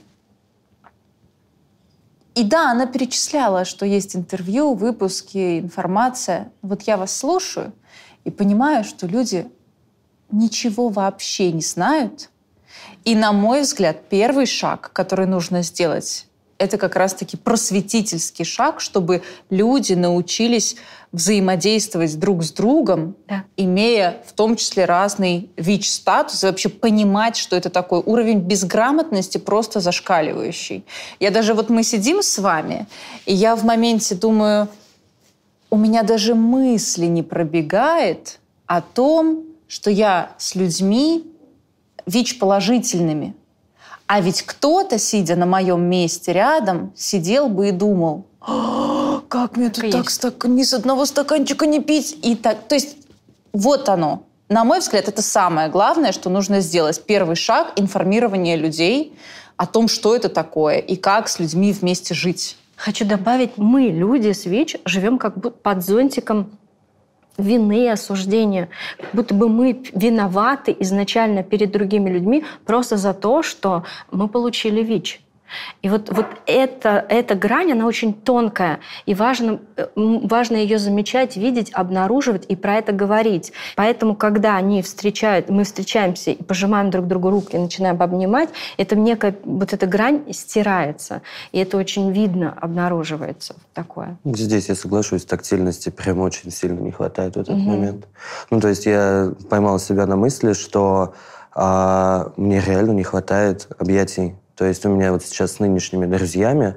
И да, она перечисляла, что есть интервью, выпуски, информация. Вот я вас слушаю и понимаю, что люди ничего вообще не знают. И, на мой взгляд, первый шаг, который нужно сделать это как раз-таки просветительский шаг, чтобы люди научились взаимодействовать друг с другом, имея в том числе разный ВИЧ-статус, и вообще понимать, что это такой уровень безграмотности просто зашкаливающий. Я даже мы сидим с вами, и я в моменте думаю, у меня даже мысли не пробегает о том, что я с людьми ВИЧ-положительными. А ведь кто-то, сидя на моем месте рядом, сидел бы и думал, как мне тут так ни с одного стаканчика не пить. И так, то есть вот оно. На мой взгляд, это самое главное, что нужно сделать. Первый шаг – информирование людей о том, что это такое и как с людьми вместе жить. Хочу добавить, мы, люди с ВИЧ, живем как будто под зонтиком вины и осуждения. Как будто бы мы виноваты изначально перед другими людьми просто за то, что мы получили ВИЧ. И вот эта грань, она очень тонкая, и важно ее замечать, видеть, обнаруживать и про это говорить. Поэтому, когда мы встречаемся и пожимаем друг другу руки, и начинаем обнимать, это некая эта грань стирается, и это очень видно, обнаруживается такое. Здесь я соглашусь, тактильности прям очень сильно не хватает в этот момент. То есть я поймал себя на мысли, что мне реально не хватает объятий. То есть у меня сейчас с нынешними друзьями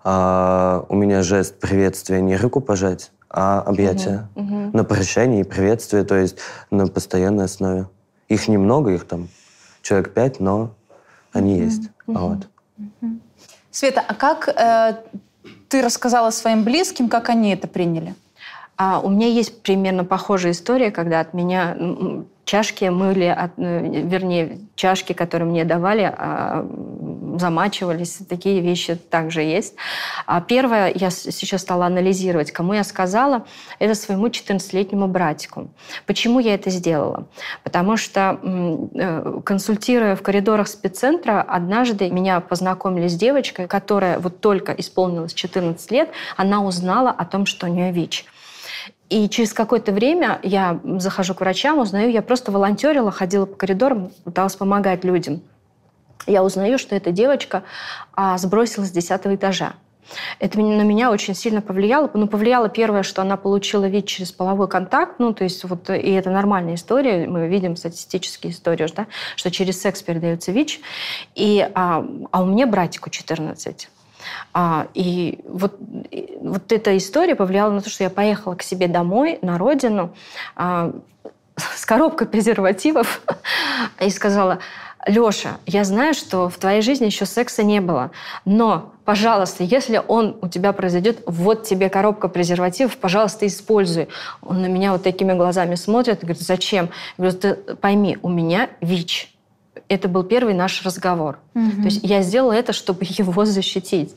у меня жест приветствия не руку пожать, а объятия. На прощание и приветствие, то есть на постоянной основе. Их немного, их там человек 5, но они есть. Света, а как ты рассказала своим близким, как они это приняли? У меня есть примерно похожая история, когда от меня чашки мыли, чашки, которые мне давали, замачивались. Такие вещи также есть. Первое, я сейчас стала анализировать, кому я сказала, это своему 14-летнему братику. Почему я это сделала? Потому что, консультируя в коридорах спеццентра, однажды меня познакомили с девочкой, которая только исполнилось 14 лет, она узнала о том, что у нее ВИЧ. И через какое-то время я захожу к врачам, узнаю, я просто волонтерила, ходила по коридорам, пыталась помогать людям. Я узнаю, что эта девочка сбросилась с 10-го этажа. Это на меня очень сильно повлияло. Повлияло первое, что она получила ВИЧ через половой контакт. То есть и это нормальная история. Мы видим статистические истории, да, что через секс передается ВИЧ. А у меня братику 14. И вот эта история повлияла на то, что я поехала к себе домой, на родину, с коробкой презервативов и сказала: Лёша, я знаю, что в твоей жизни еще секса не было, но, пожалуйста, если он у тебя произойдет, вот тебе коробка презервативов, пожалуйста, используй. Он на меня такими глазами смотрит и говорит: зачем? Я говорю: ты пойми, у меня ВИЧ. Это был первый наш разговор. То есть я сделала это, чтобы его защитить.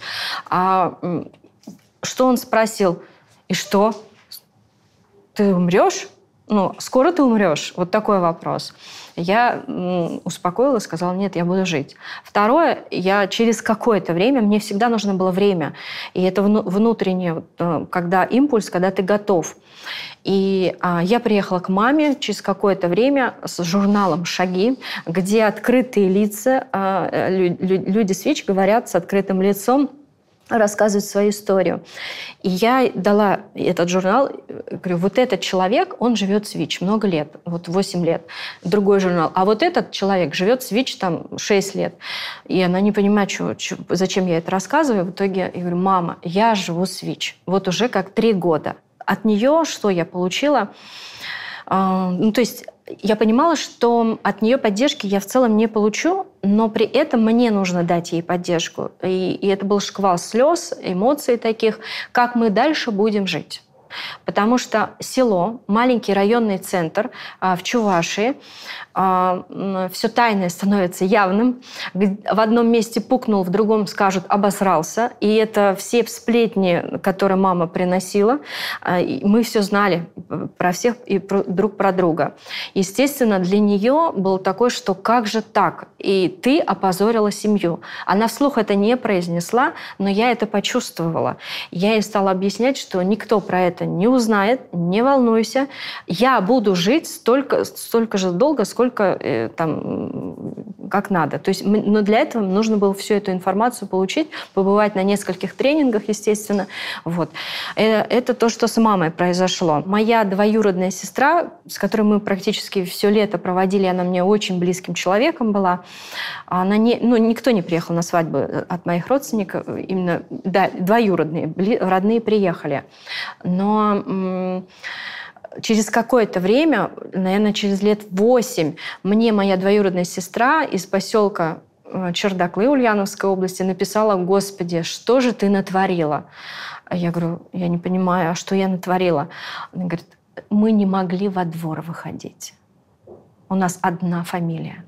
Что он спросил? И что? Ты умрешь? Скоро ты умрешь? Вот такой вопрос. Я успокоила, сказала: нет, я буду жить. Второе, я через какое-то время, мне всегда нужно было время. И это внутреннее, когда импульс, когда ты готов. И я приехала к маме через какое-то время с журналом «Шаги», где открытые лица, люди с ВИЧ говорят с открытым лицом, рассказывают свою историю. И я дала этот журнал, говорю: вот этот человек, он живет с ВИЧ много лет, 8 лет. Другой журнал. А вот этот человек живет с ВИЧ 6 лет. И она не понимает, зачем я это рассказываю. В итоге я говорю: мама, я живу с ВИЧ. Уже как 3 года. От нее что я получила? То есть я понимала, что от нее поддержки я в целом не получу, но при этом мне нужно дать ей поддержку. И это был шквал слез, эмоций таких, как мы дальше будем жить. Потому что село, маленький районный центр в Чувашии, все тайное становится явным. В одном месте пукнул, в другом скажут обосрался. И это все сплетни, которые мама приносила. Мы все знали про всех и друг про друга. Естественно, для нее было такое, что как же так? И ты опозорила семью. Она вслух это не произнесла, но я это почувствовала. Я ей стала объяснять, что никто про это не узнает, не волнуйся. Я буду жить столько же долго, сколько как надо. То есть, но для этого нужно было всю эту информацию получить, побывать на нескольких тренингах, естественно. Вот. Это то, что с мамой произошло. Моя двоюродная сестра, с которой мы практически все лето проводили, она мне очень близким человеком была. Она никто не приехал на свадьбу от моих родственников, именно двоюродные, родные приехали. Но через какое-то время, наверное, через лет 8, мне моя двоюродная сестра из поселка Чердаклы Ульяновской области написала: «Господи, что же ты натворила?» Я говорю: «Я не понимаю, а что я натворила?» Она говорит: «Мы не могли во двор выходить. У нас одна фамилия».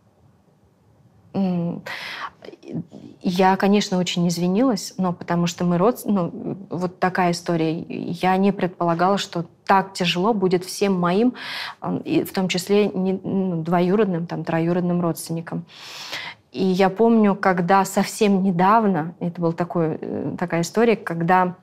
Я, конечно, очень извинилась, но потому что мы вот такая история. Я не предполагала, что так тяжело будет всем моим, и в том числе двоюродным, троюродным родственникам. И я помню, когда совсем недавно, это была такая история, когда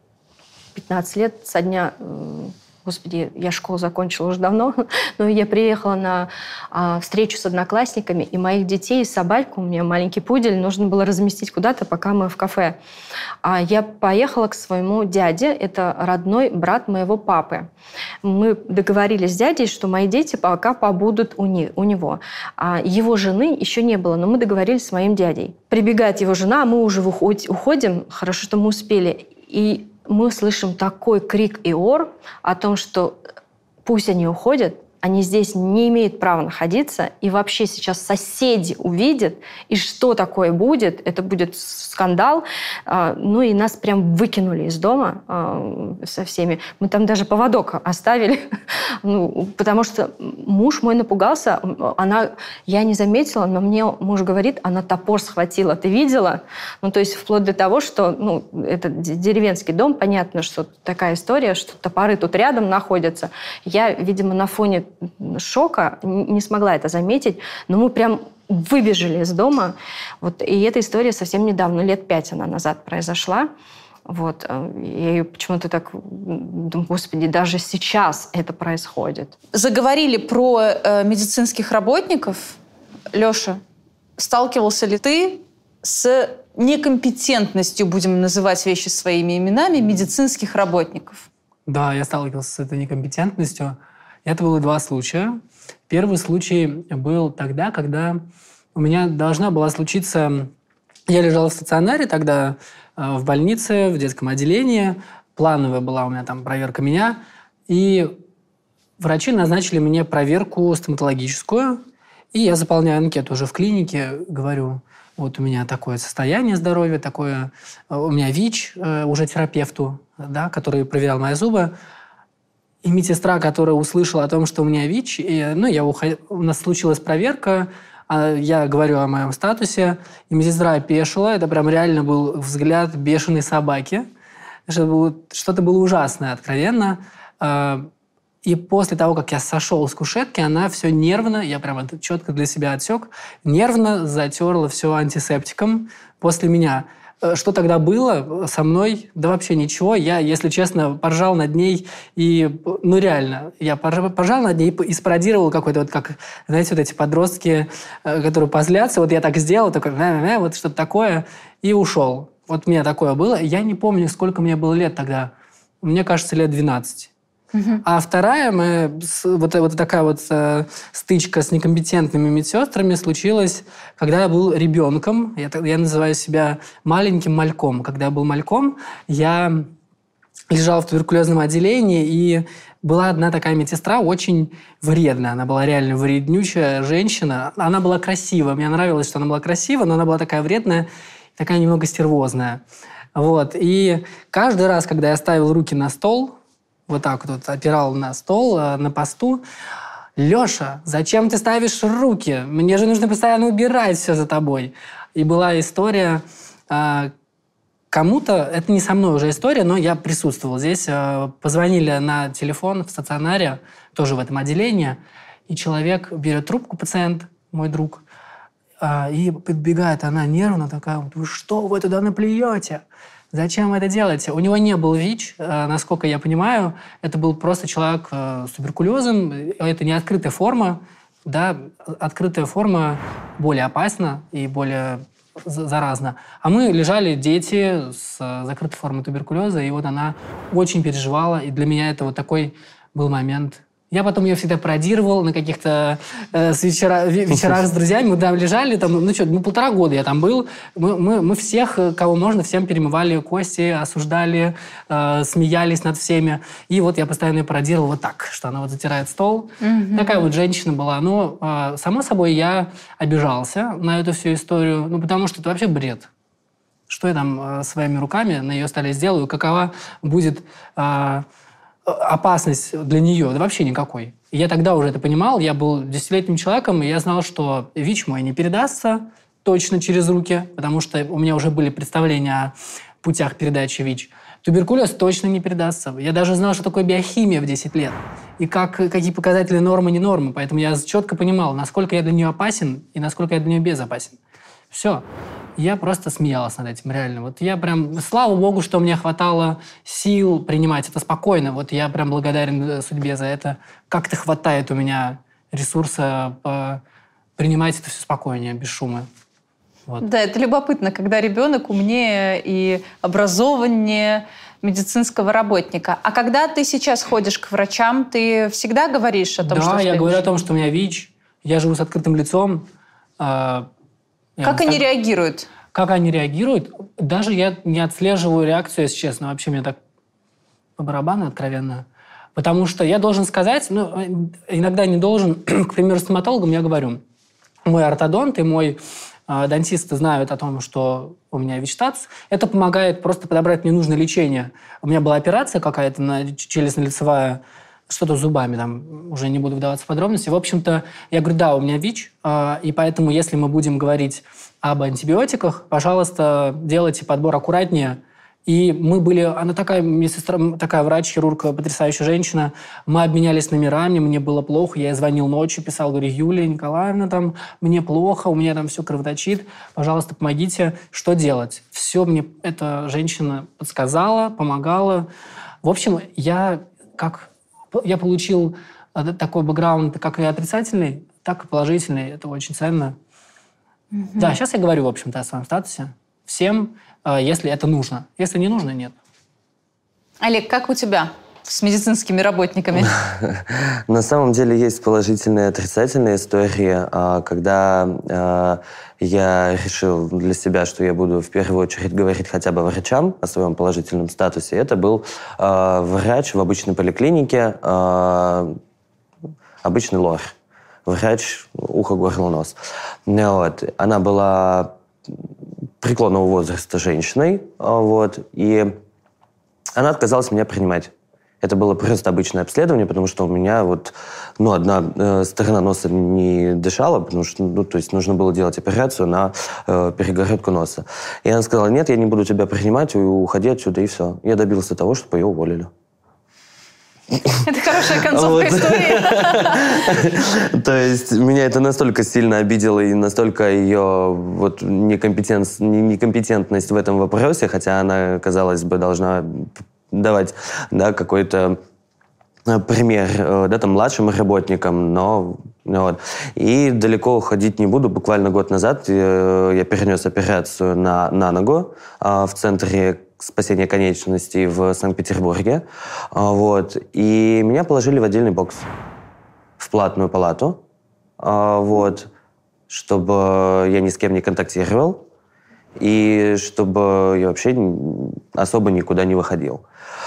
15 лет со дня... Господи, я школу закончила уже давно, но я приехала на встречу с одноклассниками, и моих детей и собаку, у меня маленький пудель, нужно было разместить куда-то, пока мы в кафе. Я поехала к своему дяде, это родной брат моего папы. Мы договорились с дядей, что мои дети пока побудут у него. Его жены еще не было, но мы договорились с моим дядей. Прибегает его жена, мы уже уходим, хорошо, что мы успели, и мы слышим такой крик и ор о том, что пусть они уходят, они здесь не имеют права находиться, и вообще сейчас соседи увидят, и что такое будет, это будет скандал. И нас прям выкинули из дома со всеми. Мы там даже поводок оставили, потому что муж мой напугался. Я не заметила, но мне муж говорит, она топор схватила. Ты видела? То есть вплоть до того, что это деревенский дом, понятно, что такая история, что топоры тут рядом находятся. Я, видимо, на фоне шока не смогла это заметить, но мы прям выбежали из дома. И эта история совсем недавно, лет 5 она назад произошла. Я ее почему-то так думаю: Господи, даже сейчас это происходит. Заговорили про медицинских работников. Леша, сталкивался ли ты с некомпетентностью, будем называть вещи своими именами, медицинских работников? Да, я сталкивался с этой некомпетентностью. Это было 2 случая. Первый случай был тогда, когда у меня должна была случиться... Я лежал в стационаре тогда, в больнице, в детском отделении. Плановая была у меня там проверка меня. И врачи назначили мне проверку стоматологическую. И я заполняю анкету уже в клинике, говорю: вот у меня такое состояние здоровья, такое... У меня ВИЧ уже терапевту, да, который проверял мои зубы. И медсестра, которая услышала о том, что у меня ВИЧ, у нас случилась проверка, я говорю о моем статусе, и медсестра опешила. Это прям реально был взгляд бешеной собаки. Что-то было ужасное, откровенно. И после того, как я сошел с кушетки, она все нервно, я прям это четко для себя отсек, нервно затерла все антисептиком после меня. Что тогда было со мной? Да вообще ничего. Я, если честно, поржал над ней и... реально. Я поржал над ней и спародировал какой-то, как, знаете, вот эти подростки, которые позлятся. Вот я так сделал, такой, вот что-то такое, и ушел. Вот у меня такое было. Я не помню, сколько мне было лет тогда. Мне кажется, лет 12. А вторая такая стычка с некомпетентными медсестрами случилась, когда я был ребенком. Я называю себя маленьким мальком. Когда я был мальком, я лежал в туберкулезном отделении, и была одна такая медсестра, очень вредная. Она была реально вреднючая женщина. Она была красивая. Мне нравилось, что она была красивая, но она была такая вредная, такая немного стервозная. И каждый раз, когда я ставил руки на стол, вот так вот опирал на стол, на посту: «Леша, зачем ты ставишь руки? Мне же нужно постоянно убирать все за тобой». И была история, кому-то, это не со мной уже история, но я присутствовал здесь, позвонили на телефон в стационаре, тоже в этом отделении, и человек берет трубку, пациент, мой друг, и подбегает она нервно, такая: «Вы что, вы туда наплюете? Зачем вы это делаете?» У него не был ВИЧ, насколько я понимаю. Это был просто человек с туберкулезом. Это не открытая форма. да, открытая форма более опасна и более заразна. А мы лежали, дети, с закрытой формой туберкулеза, и вот она очень переживала, и для меня это вот такой был момент. Я потом ее всегда пародировал на каких-то вечерах с друзьями. Мы там лежали, там, 1,5 года я там был. Мы всех, кого можно, всем перемывали кости, осуждали, смеялись над всеми. И вот я постоянно ее пародировал вот так, что она вот затирает стол. Такая вот женщина была. Но, само собой, я обижался на эту всю историю, потому что это вообще бред. Что я там своими руками на ее столе сделаю? Какова будет... опасность для нее? Да вообще никакой. И я тогда уже это понимал, я был 10-летним человеком, и я знал, что ВИЧ мой не передастся точно через руки, потому что у меня уже были представления о путях передачи ВИЧ. Туберкулез точно не передастся. Я даже знал, что такое биохимия в 10 лет. И какие показатели нормы, не нормы. Поэтому я четко понимал, насколько я для нее опасен и насколько я для нее безопасен. Все. Я просто смеялась над этим, реально. Вот я прям, слава богу, что мне хватало сил принимать это спокойно. Вот я прям благодарен судьбе за это. Как-то хватает у меня ресурса принимать это все спокойнее, без шума. Вот. Да, это любопытно, когда ребенок умнее и образованнее медицинского работника. А когда ты сейчас ходишь к врачам, ты всегда говоришь о том, что... Да, я говорю о том, что у меня ВИЧ, я живу с открытым лицом. Как они реагируют? Как они реагируют? Даже я не отслеживаю реакцию, если честно. Вообще мне так по барабану откровенно. Потому что я должен сказать, иногда не должен, к примеру, стоматологам я говорю, мой ортодонт и мой дантист знают о том, что у меня ВИЧ-статус. Это помогает просто подобрать мне нужное лечение. У меня была операция какая-то челюстно-лицевая, что-то с зубами, там, уже не буду вдаваться в подробности. В общем-то, я говорю, да, у меня ВИЧ, и поэтому, если мы будем говорить об антибиотиках, пожалуйста, делайте подбор аккуратнее. И мы были... Она такая медсестра, такая врач-хирург, потрясающая женщина. Мы обменялись номерами, мне было плохо. Я ей звонил ночью, писал, говорю, Юлия Николаевна, там, мне плохо, у меня там все кровоточит. Пожалуйста, помогите. Что делать? Все мне эта женщина подсказала, помогала. В общем, я получил такой бэкграунд, как и отрицательный, так и положительный. Это очень ценно. Да, сейчас я говорю, в общем-то, о своем статусе. Всем, если это нужно. Если не нужно, нет. Олег, как у тебя с медицинскими работниками? На самом деле есть положительные и отрицательные истории. Когда я решил для себя, что я буду в первую очередь говорить хотя бы врачам о своем положительном статусе, это был врач в обычной поликлинике, обычный лор. Врач ухо, горло, нос. Вот. Она была преклонного возраста женщиной, и она отказалась меня принимать. Это было просто обычное обследование, потому что у меня одна сторона носа не дышала, потому что, то есть нужно было делать операцию на перегородку носа. И она сказала, нет, я не буду тебя принимать, уходи отсюда, и все. Я добился того, чтобы ее уволили. Это хорошая концовка истории. То есть меня это настолько сильно обидело и настолько ее некомпетентность в этом вопросе, хотя она, казалось бы, должна давать какой-то пример младшим работникам, но И далеко уходить не буду. Буквально год назад я перенес операцию на ногу в центре спасения конечностей в Санкт-Петербурге. И меня положили в отдельный бокс, в платную палату, чтобы я ни с кем не контактировал и чтобы я вообще особо никуда не выходил.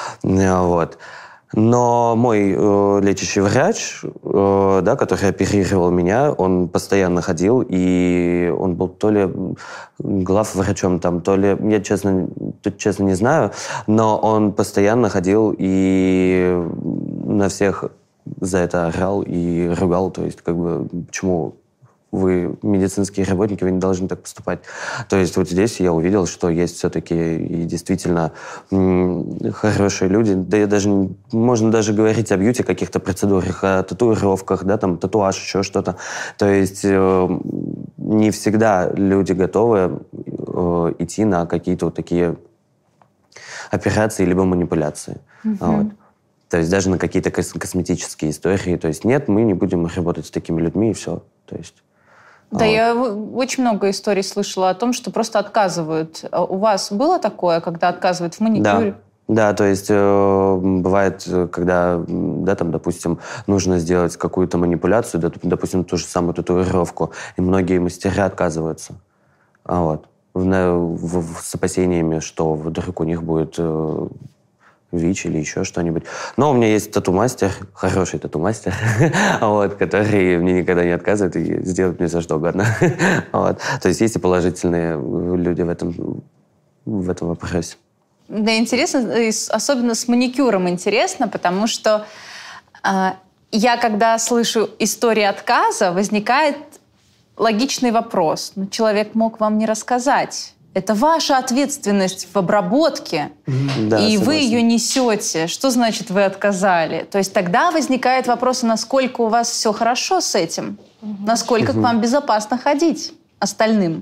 Но мой лечащий врач, который оперировал меня, он постоянно ходил, и он был то ли главврачом там, то ли... Я честно не знаю, но он постоянно ходил и на всех за это орал и ругал. То есть, почему вы, медицинские работники, вы не должны так поступать. То есть вот здесь я увидел, что есть все-таки и действительно хорошие люди. Да можно даже говорить о бьюти каких-то процедурах, о татуировках, татуаж, еще что-то. То есть не всегда люди готовы идти на какие-то вот такие операции либо манипуляции. То есть даже на какие-то косметические истории. То есть нет, мы не будем работать с такими людьми, и все. То есть, да, я очень много историй слышала о том, что просто отказывают. У вас было такое, когда отказывают в маникюре? Да, то есть бывает, когда, да, там, допустим, нужно сделать какую-то манипуляцию, допустим, ту же самую татуировку, и многие мастера отказываются. Вот. С опасениями, что вдруг у них будет ВИЧ или еще что-нибудь. Но у меня есть тату-мастер, хороший тату-мастер, вот, который мне никогда не отказывает и сделает мне все что угодно. Вот. То есть есть и положительные люди в этом вопросе. Да, интересно, особенно с маникюром интересно, потому что я, когда слышу истории отказа, возникает логичный вопрос. Ну, человек мог вам не рассказать. Это ваша ответственность в обработке, да, и согласен. Вы ее несете. Что значит вы отказали? То есть тогда возникает вопрос, насколько у вас все хорошо с этим, насколько к вам безопасно ходить остальным.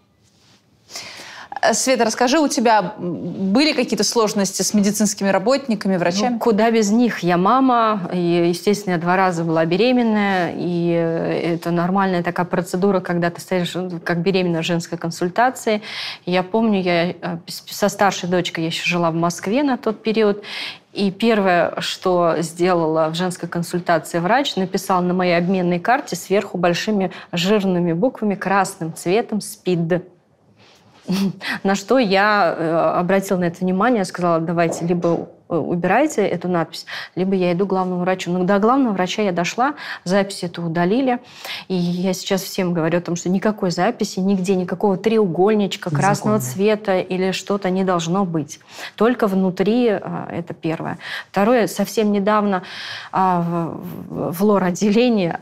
Света, расскажи, у тебя были какие-то сложности с медицинскими работниками, врачами? Ну, куда без них. Я мама, и, естественно, я 2 раза была беременная, и это нормальная такая процедура, когда ты стоишь как беременная в женской консультации. Я помню, я со старшей дочкой, я еще жила в Москве на тот период, и первое, что сделала в женской консультации врач, написал на моей обменной карте сверху большими жирными буквами красным цветом «СПИД». На что я обратила на это внимание, сказала, давайте либо убирайте эту надпись, либо я иду к главному врачу. Но до главного врача я дошла, запись эту удалили. И я сейчас всем говорю о том, что никакой записи, нигде, никакого треугольничка красного цвета или что-то не должно быть. Только внутри, это первое. Второе, совсем недавно в лор-отделении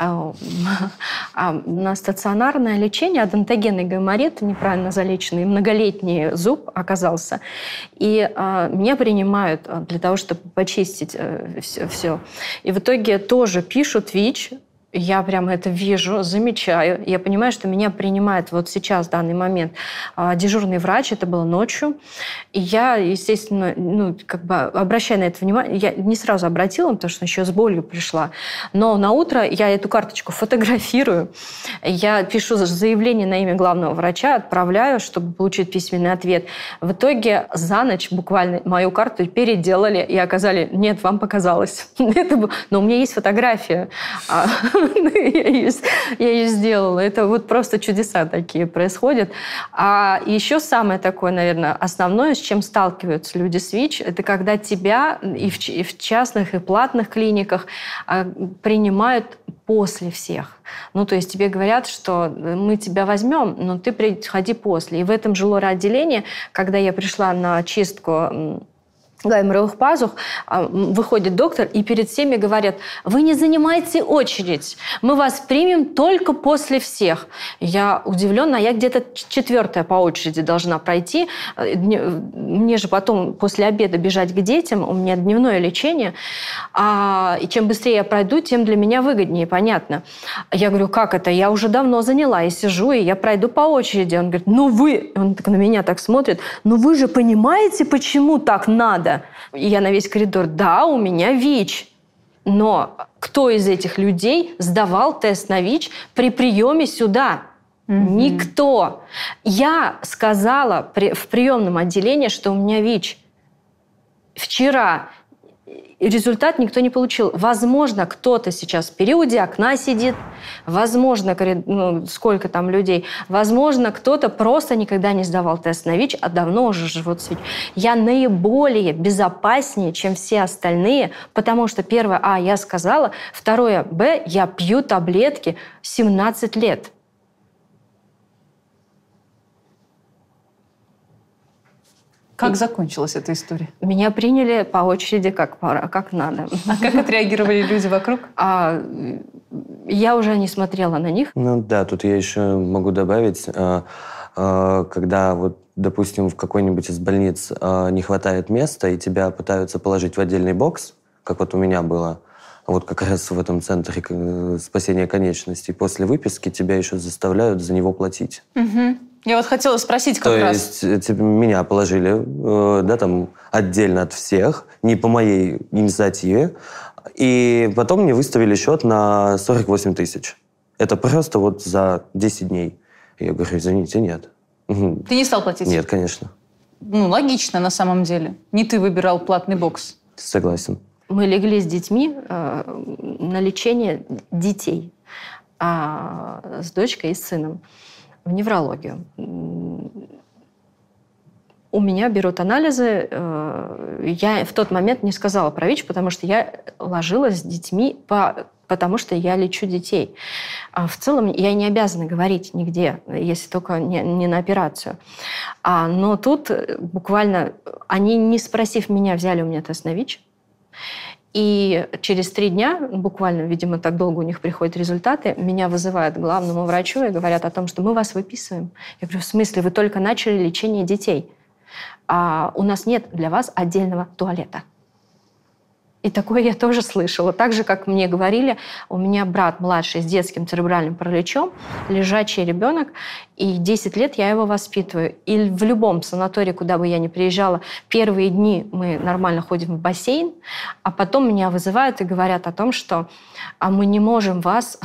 на стационарное лечение адонтогенный гайморит, неправильно залеченный, многолетний зуб оказался. И меня принимают для того, чтобы почистить все. И в итоге тоже пишут ВИЧ. Я прямо это вижу, замечаю. Я понимаю, что меня принимает вот сейчас, в данный момент, дежурный врач. Это было ночью. И я, естественно, обращая на это внимание, я не сразу обратила, потому что еще с болью пришла. Но на утро я эту карточку фотографирую. Я пишу заявление на имя главного врача, отправляю, чтобы получить письменный ответ. В итоге за ночь буквально мою карту переделали и оказали, нет, вам показалось. Но у меня есть фотография. Я ее сделала. Это вот просто чудеса такие происходят. А еще самое такое, наверное, основное, с чем сталкиваются люди с ВИЧ, это когда тебя и в частных, и платных клиниках принимают после всех. Ну, то есть тебе говорят, что мы тебя возьмем, но ты приходи после. И в этом же лор-отделении, когда я пришла на чистку гайморовых пазух, выходит доктор и перед всеми говорят, вы не занимайте очередь, мы вас примем только после всех. Я удивлена, я где-то 4-я по очереди должна пройти. Мне же потом после обеда бежать к детям, у меня дневное лечение, и чем быстрее я пройду, тем для меня выгоднее, понятно. Я говорю, как это? Я уже давно заняла, я сижу, и я пройду по очереди. Он говорит, он так на меня так смотрит, вы же понимаете, почему так надо? И я на весь коридор, да, у меня ВИЧ. Но кто из этих людей сдавал тест на ВИЧ при приеме сюда? Никто. Я сказала в приемном отделении, что у меня ВИЧ. Вчера результат никто не получил. Возможно, кто-то сейчас в периоде окна сидит, возможно, сколько там людей, возможно, кто-то просто никогда не сдавал тест на ВИЧ, а давно уже живут с ВИЧ. Я наиболее безопаснее, чем все остальные, потому что первое, я сказала, второе, я пью таблетки 17 лет. Как закончилась эта история? Меня приняли по очереди как надо. А как отреагировали люди вокруг? Я уже не смотрела на них. Ну да, тут я еще могу добавить, когда вот, допустим, в какой-нибудь из больниц не хватает места, и тебя пытаются положить в отдельный бокс, как вот у меня было, вот как раз в этом центре спасения конечностей, после выписки тебя еще заставляют за него платить. Я вот хотела спросить как раз. То есть меня положили, да, там, отдельно от всех, не по моей инициативе, и потом мне выставили счет на 48 тысяч. Это просто вот за 10 дней. Я говорю, извините, нет. Ты не стал платить? Нет, конечно. Ну, логично на самом деле. Не ты выбирал платный бокс. Согласен. Мы легли с детьми на лечение детей, с дочкой и с сыном в неврологию. У меня берут анализы. Я в тот момент не сказала про ВИЧ, потому что я ложилась с детьми, потому что я лечу детей. В целом я не обязана говорить нигде, если только не на операцию. Но тут буквально они, не спросив меня, взяли у меня тест на ВИЧ. И через 3 дня, буквально, видимо, так долго у них приходят результаты, меня вызывают к главному врачу и говорят о том, что мы вас выписываем. Я говорю, в смысле, вы только начали лечение детей, у нас нет для вас отдельного туалета. И такое я тоже слышала. Так же, как мне говорили, у меня брат младший с детским церебральным параличом, лежачий ребенок, и 10 лет я его воспитываю. И в любом санатории, куда бы я ни приезжала, первые дни мы нормально ходим в бассейн, а потом меня вызывают и говорят о том, что мы не можем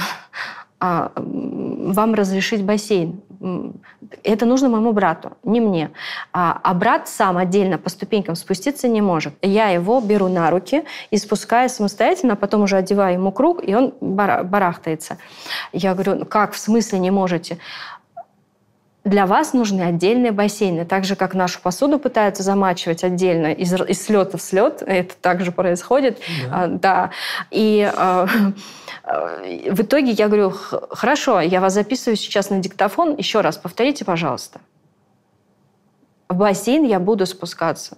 вам разрешить бассейн. Это нужно моему брату, не мне. А брат сам отдельно по ступенькам спуститься не может. Я его беру на руки и спускаю самостоятельно, а потом уже одеваю ему круг, и он барахтается. Я говорю, как, в смысле не можете? Для вас нужны отдельные бассейны. Так же, как нашу посуду пытаются замачивать отдельно из слета в слет. Это также происходит. Да. И в итоге я говорю, хорошо, я вас записываю сейчас на диктофон. Еще раз повторите, пожалуйста. В бассейн я буду спускаться.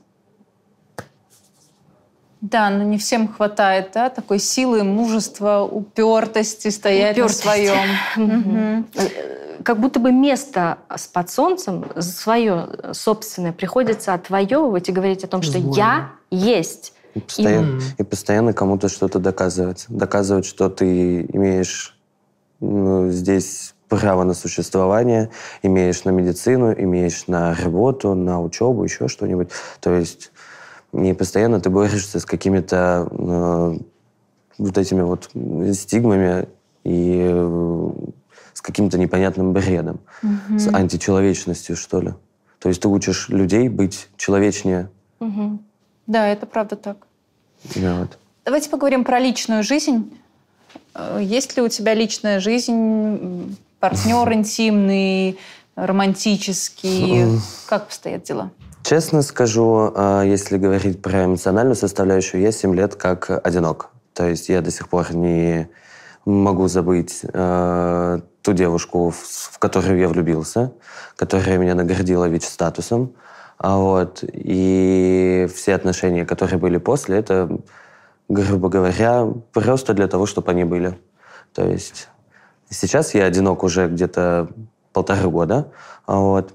Да, но не всем хватает, да, такой силы, мужества, упертости, стоять на своем. Как будто бы место под солнцем свое собственное приходится отвоевывать и говорить о том, что я есть. И постоянно кому-то что-то доказывать. Доказывать, что ты имеешь здесь право на существование, имеешь на медицину, имеешь на работу, на учебу, еще что-нибудь. То есть не постоянно ты борешься с какими-то вот этими вот стигмами и с каким-то непонятным бредом, с античеловечностью, что ли. То есть ты учишь людей быть человечнее. Да, это правда так. Да, вот. Давайте поговорим про личную жизнь. Есть ли у тебя личная жизнь, партнер интимный, романтический? Как обстоят дела? Честно скажу, если говорить про эмоциональную составляющую, я 7 лет как одинок. То есть я до сих пор не могу забыть ту девушку, в которую я влюбился, которая меня наградила ВИЧ-статусом. Вот. И все отношения, которые были после, это, грубо говоря, просто для того, чтобы они были. То есть сейчас я одинок уже где-то 1,5 года. Вот.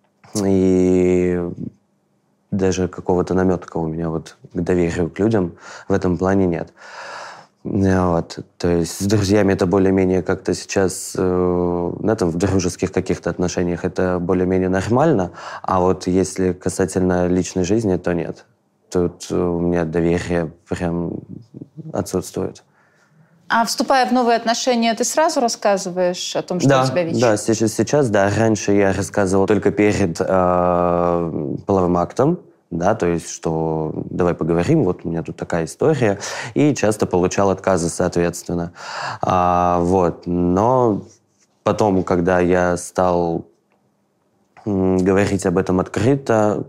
И даже какого-то намека у меня вот к доверию к людям в этом плане нет. Вот. То есть с друзьями это более-менее как-то сейчас, да, там, в дружеских каких-то отношениях это более-менее нормально, а вот если касательно личной жизни, то нет. Тут у меня доверие прям отсутствует. А вступая в новые отношения, ты сразу рассказываешь о том, что у тебя ВИЧ? Да, сейчас, да. Раньше я рассказывал только перед половым актом, да, то есть, что давай поговорим, вот у меня тут такая история, и часто получал отказы, соответственно. Вот. Но потом, когда я стал говорить об этом открыто,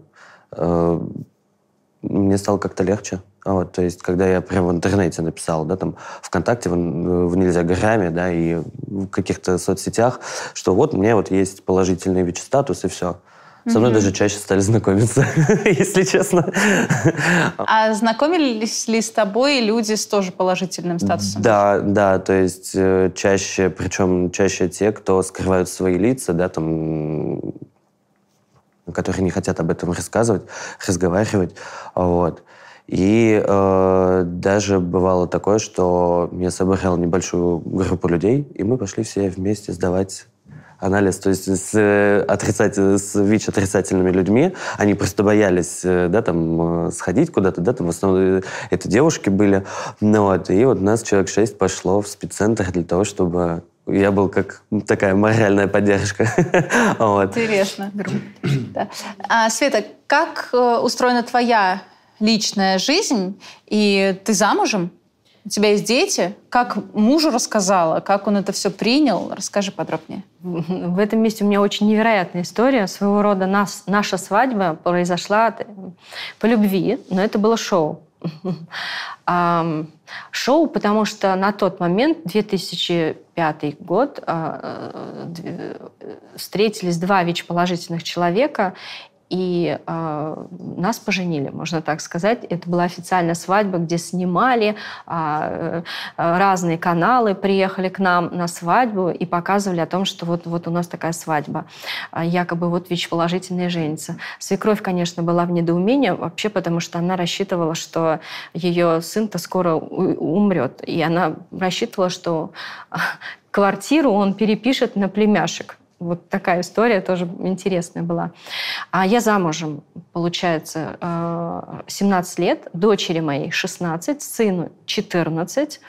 мне стало как-то легче. Вот, то есть, когда я прямо в интернете написал, да, там, ВКонтакте, в Нельзяграме, да, и в каких-то соцсетях, что вот у меня вот есть положительный ВИЧ-статус, и все. Со мной даже чаще стали знакомиться, если честно. А знакомились ли с тобой люди с тоже положительным статусом? Да, то есть чаще, причем чаще те, кто скрывают свои лица, да, там, которые не хотят об этом рассказывать, разговаривать, вот. И даже бывало такое, что я собрал небольшую группу людей, и мы пошли все вместе сдавать анализ, то есть с ВИЧ отрицательными людьми, они просто боялись, да, там, сходить куда-то, да, там, в основном это девушки были, ну, вот, и вот нас человек 6 пошло в спеццентр для того, чтобы я был как такая моральная поддержка. Интересно. Да. Света, как устроена твоя личная жизнь, и ты замужем? У тебя есть дети? Как мужу рассказала? Как он это все принял? Расскажи подробнее. В этом месте у меня очень невероятная история. Своего рода наша свадьба произошла по любви, но это было шоу. Шоу, потому что на тот момент, 2005 год, встретились 2 ВИЧ-положительных человека, и нас поженили, можно так сказать. Это была официальная свадьба, где снимали, разные каналы приехали к нам на свадьбу и показывали о том, что вот у нас такая свадьба. Якобы вот ВИЧ-положительные женятся. Свекровь, конечно, была в недоумении вообще, потому что она рассчитывала, что ее сын-то скоро умрет. И она рассчитывала, что квартиру он перепишет на племяшек. Вот такая история тоже интересная была. А я замужем, получается, 17 лет, дочери моей 16, сыну 14.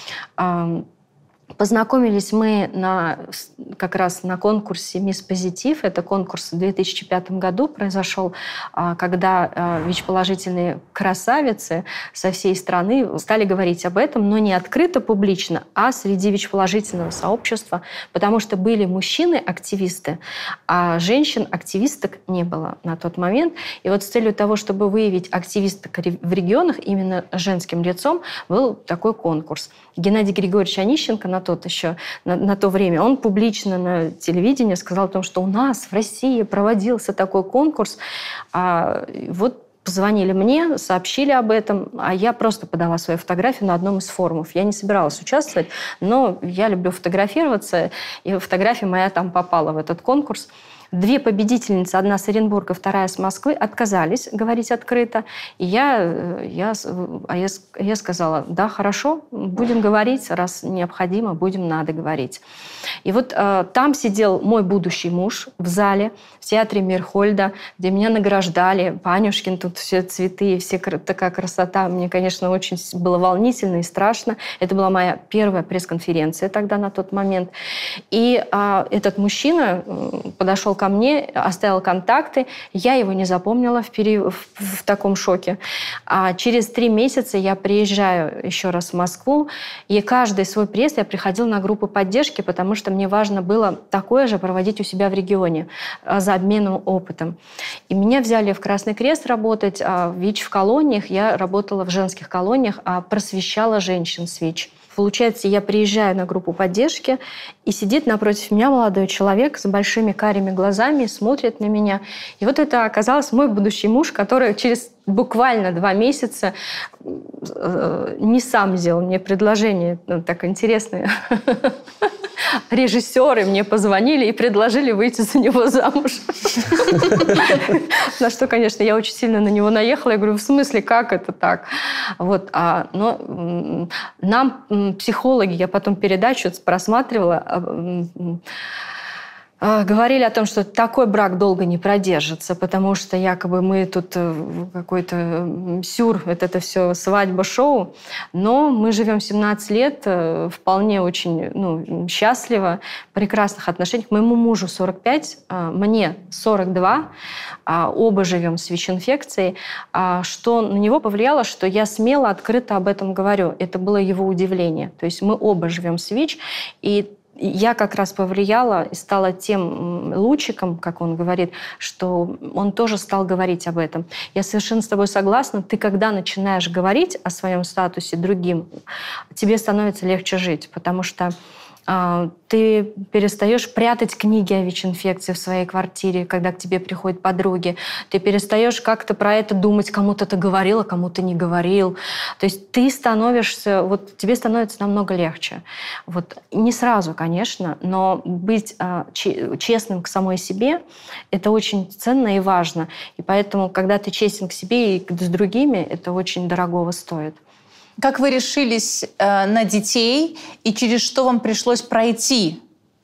Познакомились мы как раз на конкурсе «Мисс Позитив». Это конкурс в 2005 году произошел, когда ВИЧ-положительные красавицы со всей страны стали говорить об этом, но не открыто, публично, а среди ВИЧ-положительного сообщества, потому что были мужчины-активисты, а женщин-активисток не было на тот момент. И вот с целью того, чтобы выявить активисток в регионах именно женским лицом, был такой конкурс. Геннадий Григорьевич Онищенко на то время, он публично на телевидении сказал о том, что у нас в России проводился такой конкурс. Вот позвонили мне, сообщили об этом, а я просто подала свою фотографию на одном из форумов. Я не собиралась участвовать, но я люблю фотографироваться, и фотография моя там попала в этот конкурс. 2 победительницы, одна с Оренбурга, вторая с Москвы, отказались говорить открыто. И я сказала, да, хорошо, будем говорить, раз необходимо, надо говорить. И вот там сидел мой будущий муж в зале, в театре Мирхольда, где меня награждали. Панюшкин, тут все цветы, такая красота. Мне, конечно, очень было волнительно и страшно. Это была моя первая пресс-конференция тогда, на тот момент. И этот мужчина подошел ко мне, оставил контакты. Я его не запомнила в таком шоке. А через 3 месяца я приезжаю еще раз в Москву, и каждый свой приезд я приходила на группу поддержки, потому что мне важно было такое же проводить у себя в регионе за обменом опытом. И меня взяли в Красный Крест работать, а в ВИЧ в колониях. Я работала в женских колониях, просвещала женщин с ВИЧ. Получается, я приезжаю на группу поддержки, и сидит напротив меня молодой человек с большими карими глазами, смотрит на меня. И вот это оказался мой будущий муж, который через буквально 2 месяца не сам сделал мне предложение. Так интересно. Режиссеры мне позвонили и предложили выйти за него замуж. На что, конечно, я очень сильно на него наехала. Я говорю, в смысле, как это так? Вот. Но нам, психологи, я потом передачу просматривала, говорили о том, что такой брак долго не продержится, потому что якобы мы тут какой-то сюр, это все свадьба-шоу, но мы живем 17 лет, вполне очень счастливо, в прекрасных отношениях. Моему мужу 45, мне 42, оба живем с ВИЧ-инфекцией. Что на него повлияло, что я смело, открыто об этом говорю. Это было его удивление. То есть мы оба живем с ВИЧ, и я как раз повлияла и стала тем лучиком, как он говорит, что он тоже стал говорить об этом. Я совершенно с тобой согласна. Ты, когда начинаешь говорить о своем статусе другим, тебе становится легче жить, потому что ты перестаешь прятать книги о ВИЧ-инфекции в своей квартире, когда к тебе приходят подруги. Ты перестаешь как-то про это думать, кому-то ты говорил, а кому-то не говорил. То есть ты становишься, тебе становится намного легче. Не сразу, конечно, но быть честным к самой себе — это очень ценно и важно. И поэтому, когда ты честен к себе и с другими, это очень дорогого стоит. Как вы решились на детей и через что вам пришлось пройти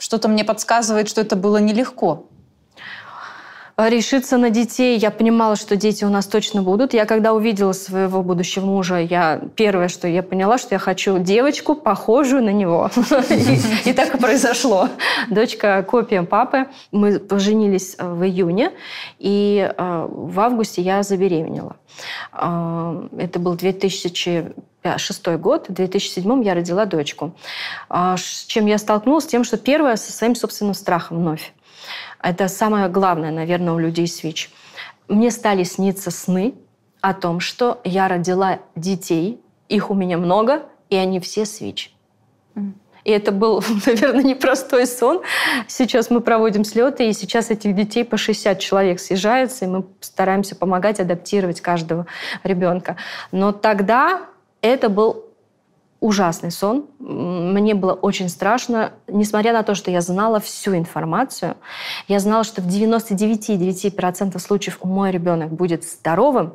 Что-то мне подсказывает, что это было нелегко. Решиться на детей, я понимала, что дети у нас точно будут. Я когда увидела своего будущего мужа, первое, что я поняла, что я хочу девочку, похожую на него. И так и произошло. Дочка копия папы. Мы поженились в июне, и в августе я забеременела. Это был 2006 год. В 2007 я родила дочку. С чем я столкнулась? С тем, что первое, со своим собственным страхом вновь. Это самое главное, наверное, у людей с ВИЧ. Мне стали сниться сны о том, что я родила детей, их у меня много, и они все с ВИЧ. И это был, наверное, непростой сон. Сейчас мы проводим слеты, и сейчас этих детей по 60 человек съезжается, и мы стараемся помогать адаптировать каждого ребенка. Но тогда это был ужасный сон. Мне было очень страшно. Несмотря на то, что я знала всю информацию, я знала, что в 99,9% случаев мой ребенок будет здоровым,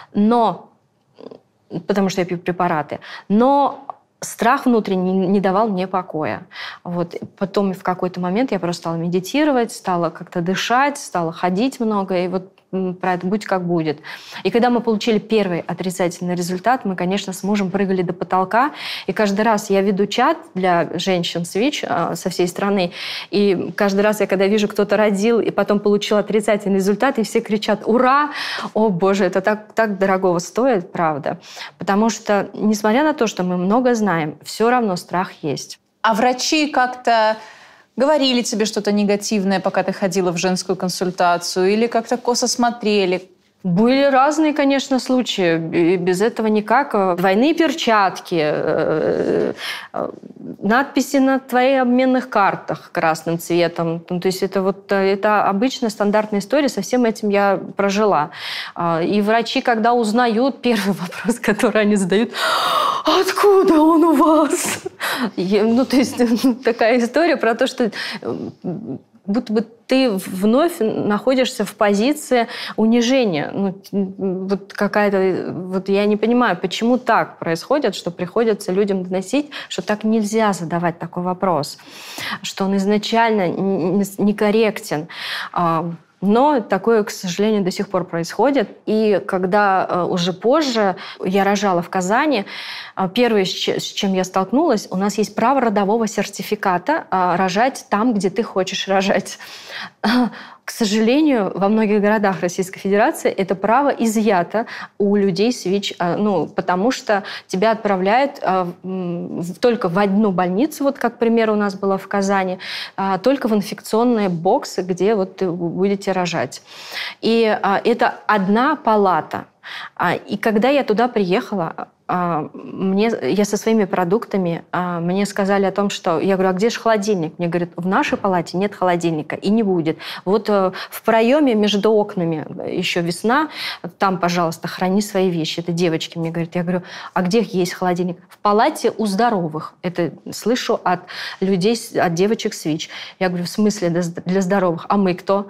потому что я пью препараты. Но страх внутренний не давал мне покоя. Потом в какой-то момент я просто стала медитировать, стала как-то дышать, стала ходить много, и про это будь как будет. И когда мы получили первый отрицательный результат, мы, конечно, с мужем прыгали до потолка. И каждый раз я веду чат для женщин с ВИЧ со всей страны. И каждый раз я, когда вижу, кто-то родил и потом получил отрицательный результат, и все кричат «Ура!», о боже, это так дорогого стоит, правда. Потому что, несмотря на то, что мы много знаем, все равно страх есть. А врачи как-то говорили тебе что-то негативное, пока ты ходила в женскую консультацию? Или как-то косо смотрели? Были разные, конечно, случаи. И без этого никак. Двойные перчатки, надписи на твоих обменных картах красным цветом. То есть это обычная стандартная история. Со всем этим я прожила. И врачи, когда узнают, первый вопрос, который они задают: «Откуда он у вас?» То есть такая история про то, что будто бы ты вновь находишься в позиции унижения. Я не понимаю, почему так происходит, что приходится людям доносить, что так нельзя задавать такой вопрос, что он изначально некорректен. Но такое, к сожалению, до сих пор происходит. И когда уже позже я рожала в Казани, первое, с чем я столкнулась, у нас есть право родового сертификата рожать там, где ты хочешь рожать. К сожалению, во многих городах Российской Федерации это право изъято у людей с ВИЧ, потому что тебя отправляют только в одну больницу, как, к примеру, у нас было в Казани, только в инфекционные боксы, где вы будете рожать. И это одна палата. И когда я туда приехала, я со своими продуктами, мне сказали о том, что... Я говорю, а где же холодильник? Мне говорят, в нашей палате нет холодильника и не будет. В проеме между окнами еще весна, там, пожалуйста, храни свои вещи. Это девочки мне говорят. Я говорю, а где есть холодильник? В палате у здоровых. Это слышу от людей, от девочек с ВИЧ. Я говорю, в смысле для здоровых? А мы кто?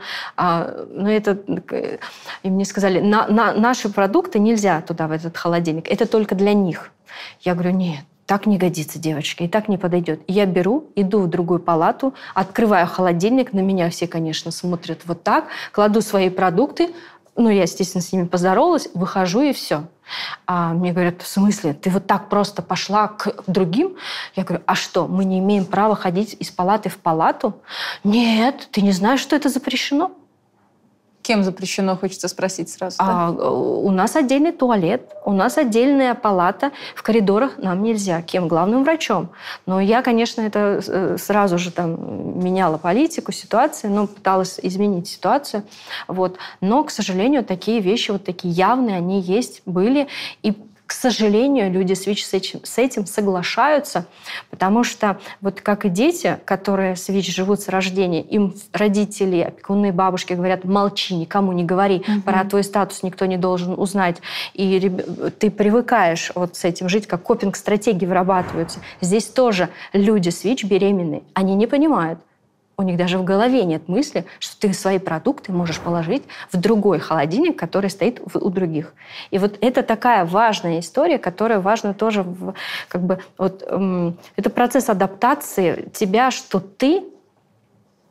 И мне сказали, наши продукты нельзя туда, в этот холодильник. Это только для них. Я говорю, нет, так не годится, девочки, и так не подойдет. И я беру, иду в другую палату, открываю холодильник, на меня все, конечно, смотрят вот так, кладу свои продукты, я, естественно, с ними поздоровалась, выхожу и все. А мне говорят, в смысле, ты вот так просто пошла к другим? Я говорю, а что, мы не имеем права ходить из палаты в палату? Нет, ты не знаешь, что это запрещено? Кем запрещено, хочется спросить сразу. У нас отдельный туалет, у нас отдельная палата, в коридорах нам нельзя. Кем? Главным врачом. Но я, конечно, это сразу же меняла политику, ситуацию, пыталась изменить ситуацию. Но, к сожалению, такие вещи, такие явные, они есть, были. И, к сожалению, люди с ВИЧ с этим соглашаются, потому что как и дети, которые с ВИЧ живут с рождения, им родители, опекуны, бабушки говорят, молчи, никому не говори, про твой статус никто не должен узнать. И ты привыкаешь с этим жить, как копинг-стратегии вырабатываются. Здесь тоже люди с ВИЧ беременные, они не понимают. У них даже в голове нет мысли, что ты свои продукты можешь положить в другой холодильник, который стоит у других. И это такая важная история, которая важна тоже, это процесс адаптации тебя, что ты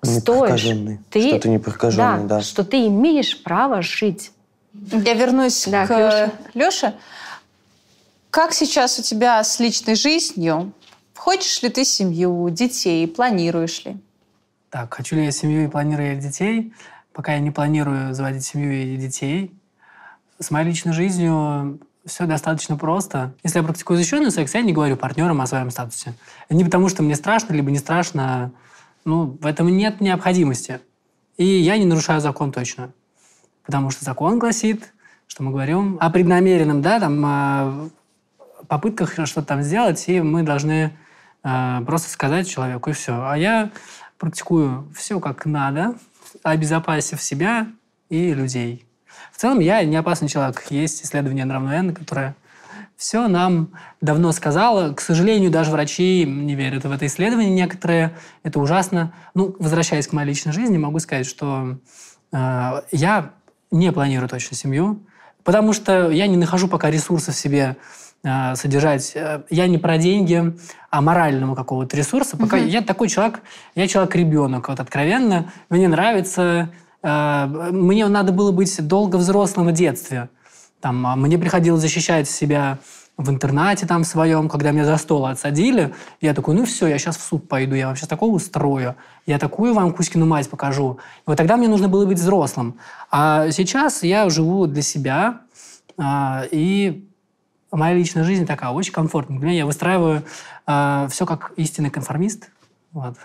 стоишь. Что ты непрокаженный, да. Что ты имеешь право жить. Я вернусь к Лёше. Как сейчас у тебя с личной жизнью? Хочешь ли ты семью, детей? Планируешь ли? Так, хочу ли я семью и планирую ли детей? Пока я не планирую заводить семью и детей. С моей личной жизнью все достаточно просто. Если я практикую защищенный секс, я не говорю партнерам о своем статусе. Не потому, что мне страшно, либо не страшно. В этом нет необходимости. И я не нарушаю закон точно. Потому что закон гласит, что мы говорим о преднамеренном, о попытках что-то там сделать, и мы должны просто сказать человеку, и все. А я практикую все как надо, обезопасив себя и людей. В целом, я не опасный человек. Есть исследование N равно N, которое все нам давно сказала. К сожалению, даже врачи не верят в это исследование некоторые. Это ужасно. Возвращаясь к моей личной жизни, могу сказать, что я не планирую точно семью, потому что я не нахожу пока ресурсов в себе содержать. Я не про деньги, а морального какого-то ресурса. Пока я такой человек, я человек-ребенок, откровенно. Мне нравится. Мне надо было быть долго взрослым в детстве. Мне приходилось защищать себя в интернате своем, когда меня за стол отсадили. Я такой, все, я сейчас в суд пойду, я вам сейчас такого устрою. Я такую вам Кузькину мать покажу. И вот тогда мне нужно было быть взрослым. А сейчас я живу для себя, и моя личная жизнь такая, очень комфортная. Для меня я выстраиваю все как истинный конформист. Вот.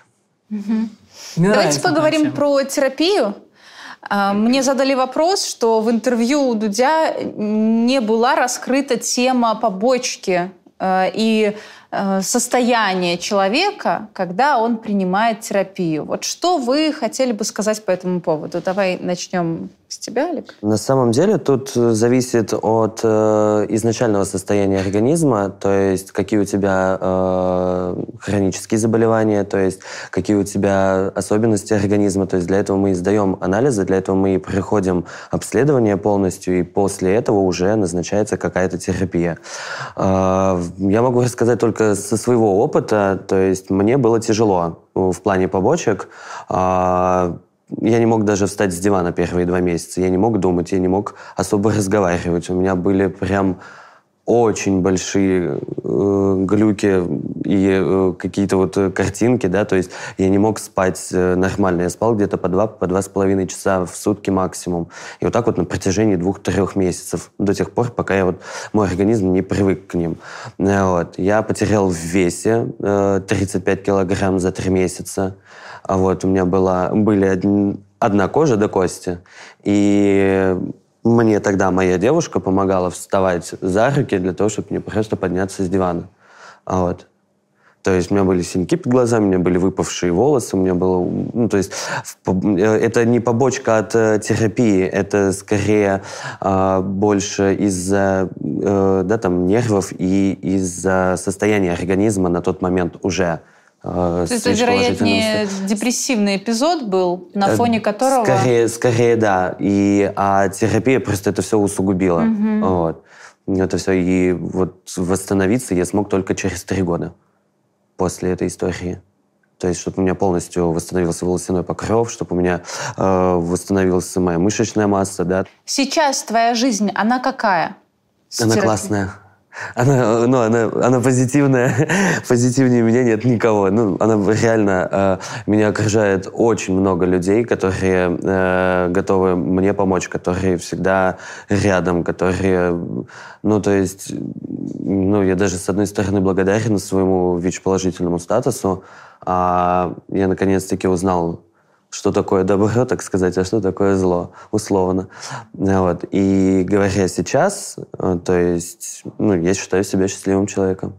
Давайте поговорим про терапию. Мне задали вопрос, что в интервью у Дудя не была раскрыта тема побочки и состояние человека, когда он принимает терапию. Вот что вы хотели бы сказать по этому поводу? Давай начнем с тебя, Олег. На самом деле тут зависит от изначального состояния организма, то есть какие у тебя хронические заболевания, то есть какие у тебя особенности организма. То есть для этого мы сдаем анализы, для этого мы проходим обследование полностью, и после этого уже назначается какая-то терапия. Я могу рассказать только со своего опыта, то есть мне было тяжело в плане побочек. Я не мог даже встать с дивана первые 2 месяца. Я не мог думать, я не мог особо разговаривать. У меня были прям очень большие глюки и какие-то картинки, то есть я не мог спать нормально. Я спал где-то по 2-2,5 часа в сутки максимум. И вот так на протяжении 2-3 месяцев, до тех пор, пока мой организм не привык к ним. Я потерял в весе 35 килограмм за 3 месяца. У меня были одна кожа до кости, и мне тогда моя девушка помогала вставать за руки для того, чтобы мне просто подняться с дивана. То есть у меня были синяки под глазами, у меня были выпавшие волосы, у меня было... это не побочка от терапии, это скорее больше из-за нервов и из-за состояния организма на тот момент уже. То есть это, вероятнее, депрессивный эпизод был, на фоне которого... Скорее, да. А терапия просто это все усугубила. Это все. И восстановиться я смог только через 3 года после этой истории. То есть, чтобы у меня полностью восстановился волосяной покров, чтобы у меня восстановилась моя мышечная масса. Да. Сейчас твоя жизнь, она какая? Она классная. Она позитивная. Позитивнее меня нет никого. Она реально... меня окружает очень много людей, которые готовы мне помочь, которые всегда рядом, которые... я даже, с одной стороны, благодарен своему ВИЧ-положительному статусу. Я, наконец-таки, узнал, что такое добро, так сказать, а что такое зло, условно. И говоря сейчас, то есть, я считаю себя счастливым человеком.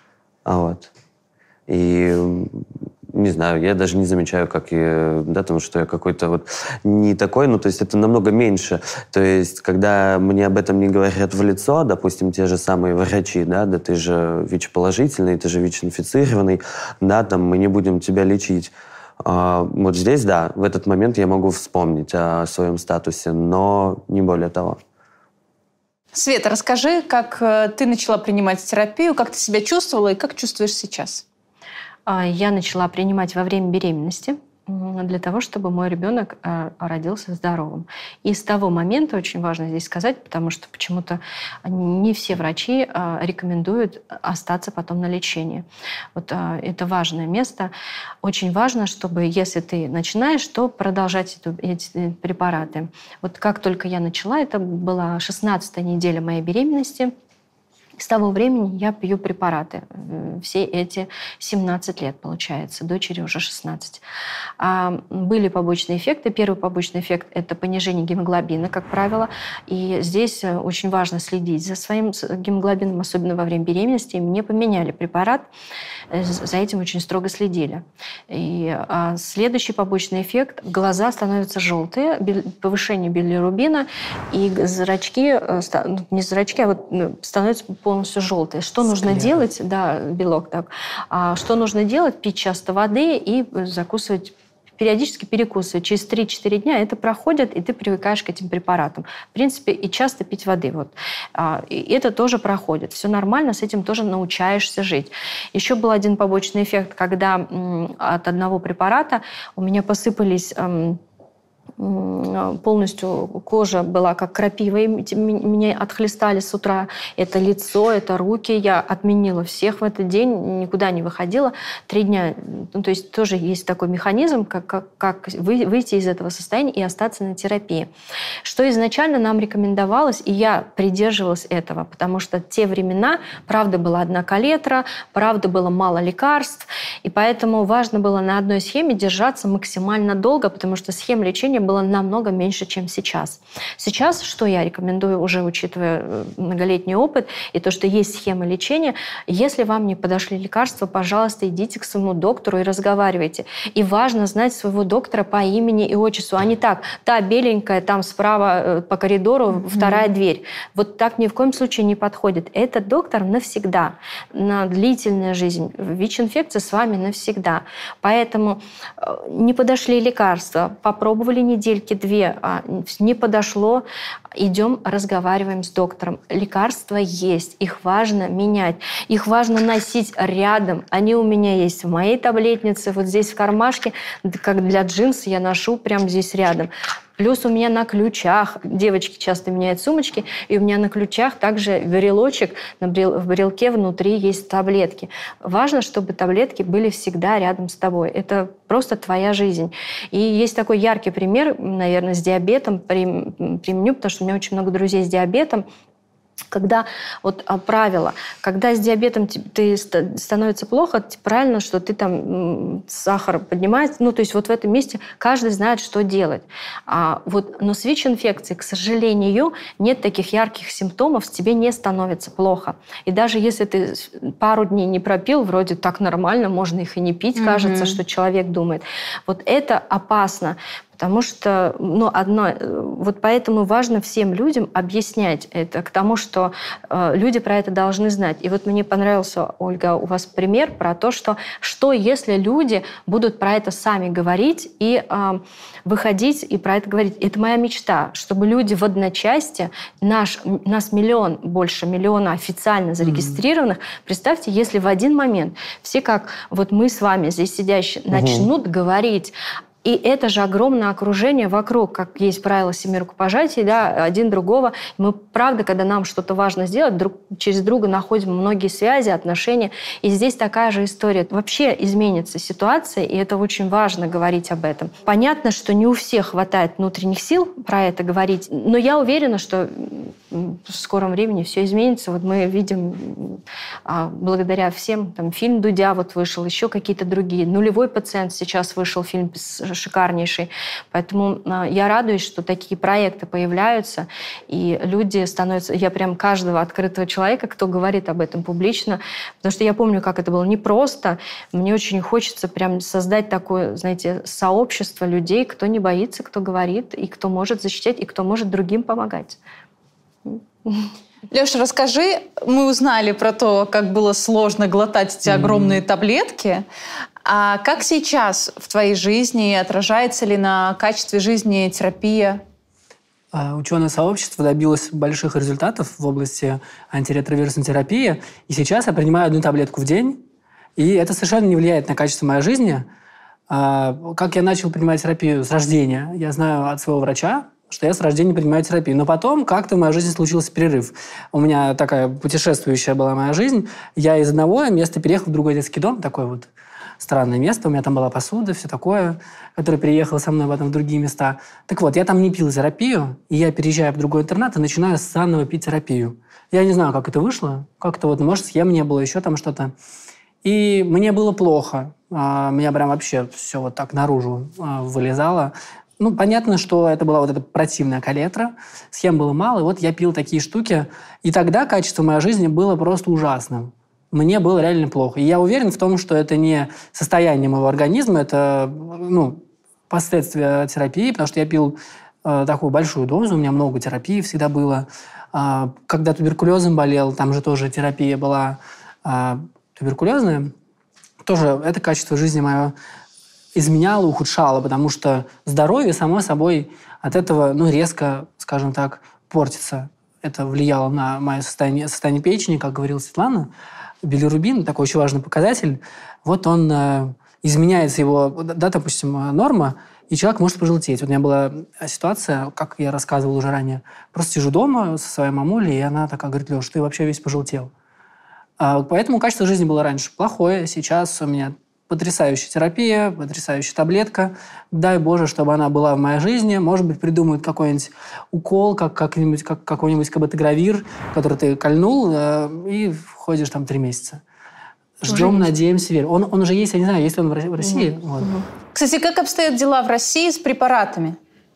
И, не знаю, я даже не замечаю, что я какой-то не такой, то есть это намного меньше. То есть, когда мне об этом не говорят в лицо, допустим, те же самые врачи, да ты же ВИЧ-положительный, ты же ВИЧ-инфицированный, мы не будем тебя лечить. Здесь, в этот момент я могу вспомнить о своем статусе, но не более того. Света, расскажи, как ты начала принимать терапию, как ты себя чувствовала и как чувствуешь сейчас? Я начала принимать во время беременности. для того, чтобы мой ребенок родился здоровым. И с того момента, очень важно здесь сказать, потому что почему-то не все врачи рекомендуют остаться потом на лечении. Вот это важное место. Очень важно, чтобы, если ты начинаешь, то продолжать эти препараты. Вот как только я начала, это была 16-я неделя моей беременности, с того времени я пью препараты. Все эти 17 лет, получается. Дочери уже 16. Были побочные эффекты. Первый побочный эффект – это понижение гемоглобина, как правило. И здесь очень важно следить за своим гемоглобином, особенно во время беременности. Мне поменяли препарат. За этим очень строго следили. И следующий побочный эффект – глаза становятся желтые, повышение билирубина, и зрачки, не зрачки, а вот становятся полностью желтые. Что нужно делать? Да, белок так. Что нужно делать? Пить часто воды и закусывать, периодически перекусывать. Через 3-4 дня это проходит, и ты привыкаешь к этим препаратам. В принципе, и часто пить воды. Вот. И это тоже проходит. Все нормально, с этим тоже научаешься жить. Еще был один побочный эффект, когда от одного препарата у меня посыпались... полностью кожа была как крапива, и меня отхлестали с утра. Это лицо, это руки. Я отменила всех в этот день, никуда не выходила. 3 дня. Ну, то есть тоже есть такой механизм, как выйти из этого состояния и остаться на терапии. Что изначально нам рекомендовалось, и я придерживалась этого, потому что те времена, правда, была одна калетра, правда, было мало лекарств, и поэтому важно было на одной схеме держаться максимально долго, потому что схем лечения было намного меньше, чем сейчас. Сейчас, что я рекомендую, уже учитывая многолетний опыт и то, что есть схема лечения, если вам не подошли лекарства, пожалуйста, идите к своему доктору и разговаривайте. И важно знать своего доктора по имени и отчеству, а не так, та беленькая там справа по коридору, вторая дверь. Вот так ни в коем случае не подходит. Этот доктор навсегда, на длительную жизнь. ВИЧ-инфекция с вами навсегда. Поэтому не подошли лекарства, попробовали недельки-2, не подошло, идем, разговариваем с доктором. Лекарства есть, их важно менять, их важно носить рядом. Они у меня есть в моей таблетнице, вот здесь в кармашке, как для джинс я ношу прямо здесь рядом. Плюс у меня на ключах, девочки часто меняют сумочки, и у меня на ключах также брелочек, в брелке внутри есть таблетки. Важно, чтобы таблетки были всегда рядом с тобой. Это просто твоя жизнь. И есть такой яркий пример, наверное, с диабетом применю, потому что у меня очень много друзей с диабетом. Когда вот правило, когда с диабетом ты становится плохо, правильно, что ты там сахар поднимается, ну то есть вот в этом месте каждый знает, что делать. Но с ВИЧ-инфекцией, к сожалению, нет таких ярких симптомов, тебе не становится плохо. И даже если ты пару дней не пропил, вроде так нормально, можно их и не пить, кажется, что человек думает. Вот это опасно. Потому что, вот поэтому важно всем людям объяснять это, к тому, что люди про это должны знать. И вот мне понравился, Ольга, у вас пример про то, что если люди будут про это сами говорить и выходить и про это говорить. Это моя мечта, чтобы люди в одночасье, нас больше миллиона официально зарегистрированных, представьте, если в один момент все, как вот мы с вами здесь сидящие, начнут говорить. И это же огромное окружение вокруг, как есть правило 7 рукопожатий, да, один другого. Мы, правда, когда нам что-то важно сделать, через друга находим многие связи, отношения. И здесь такая же история. Вообще изменится ситуация, и это очень важно говорить об этом. Понятно, что не у всех хватает внутренних сил про это говорить, но я уверена, что в скором времени все изменится. Вот мы видим, благодаря всем, там, фильм «Дудя» вот вышел, еще какие-то другие. «Нулевой пациент» сейчас вышел, фильм шикарнейший. Поэтому я радуюсь, что такие проекты появляются, и люди становятся... Я прям каждого открытого человека, кто говорит об этом публично, потому что я помню, как это было непросто. Мне очень хочется прям создать такое, знаете, сообщество людей, кто не боится, кто говорит, и кто может защищать, и кто может другим помогать. Леша, расскажи, мы узнали про то, как было сложно глотать эти огромные таблетки. А как сейчас в твоей жизни, отражается ли на качестве жизни терапия? Ученое сообщество добилось больших результатов в области антиретровирусной терапии. И сейчас я принимаю 1 таблетку в день, и это совершенно не влияет на качество моей жизни. Как я начал принимать терапию с рождения? Я знаю от своего врача, что я с рождения принимаю терапию. Но потом как-то в моей жизни случился перерыв. У меня такая путешествующая была моя жизнь. Я из одного места переехал в другой детский дом, такое вот странное место. У меня там была посуда, все такое, которая переехала со мной потом в другие места. Так вот, я там не пил терапию, и я переезжаю в другой интернат и начинаю заново пить терапию. Я не знаю, как это вышло. Как-то вот, может, схем не было, еще там что-то. И мне было плохо. Меня прям вообще все вот так наружу вылезало. Ну, понятно, что это была вот эта противная калетра, схем было мало, и вот я пил такие штуки, и тогда качество моей жизни было просто ужасным. Мне было реально плохо. И я уверен в том, что это не состояние моего организма, это последствия терапии, потому что я пил такую большую дозу, у меня много терапии всегда было. Когда туберкулезом болел, там же тоже терапия была туберкулезная, тоже это качество жизни мое изменяло, ухудшало, потому что здоровье, само собой, от этого резко, скажем так, портится. Это влияло на мое состояние печени, как говорила Светлана. Билирубин, такой очень важный показатель, вот он изменяется его, допустим, норма, и человек может пожелтеть. Вот у меня была ситуация, как я рассказывал уже ранее, просто сижу дома со своей мамулей, и она такая говорит: Леш, ты вообще весь пожелтел. Поэтому качество жизни было раньше плохое, сейчас у меня потрясающая терапия, потрясающая таблетка. Дай Боже, чтобы она была в моей жизни. Может быть, придумают какой-нибудь укол, какой-нибудь кабатогравир, который ты кольнул, и ходишь там 3 месяца. Ждем, надеемся, верим. Он уже есть, я не знаю, есть ли он в России. Вот. Кстати, как обстоят дела в России с препаратами?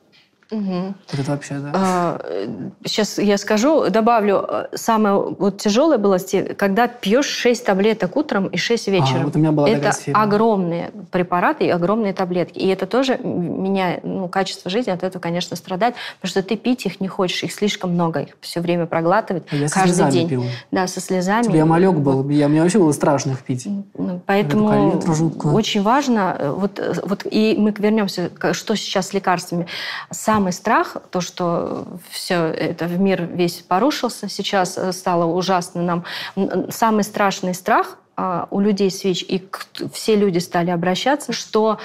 Это вообще, да. Сейчас я скажу, добавлю. Самое тяжелое было, когда пьешь 6 таблеток утром и 6 вечером. Вот у меня была это огромные препараты и огромные таблетки. И это тоже меня, качество жизни от этого, конечно, страдает, потому что ты пить их не хочешь, их слишком много, их все время проглатывать я каждый день. Пил. Да, со слезами. Я малек был, мне вообще было страшно их пить. Поэтому очень важно, и мы вернемся, что сейчас с лекарствами. Самый страх, то, что все это в мир весь порушился, сейчас стало ужасно нам. Самый страшный страх у людей с ВИЧ, и все люди стали обращаться, что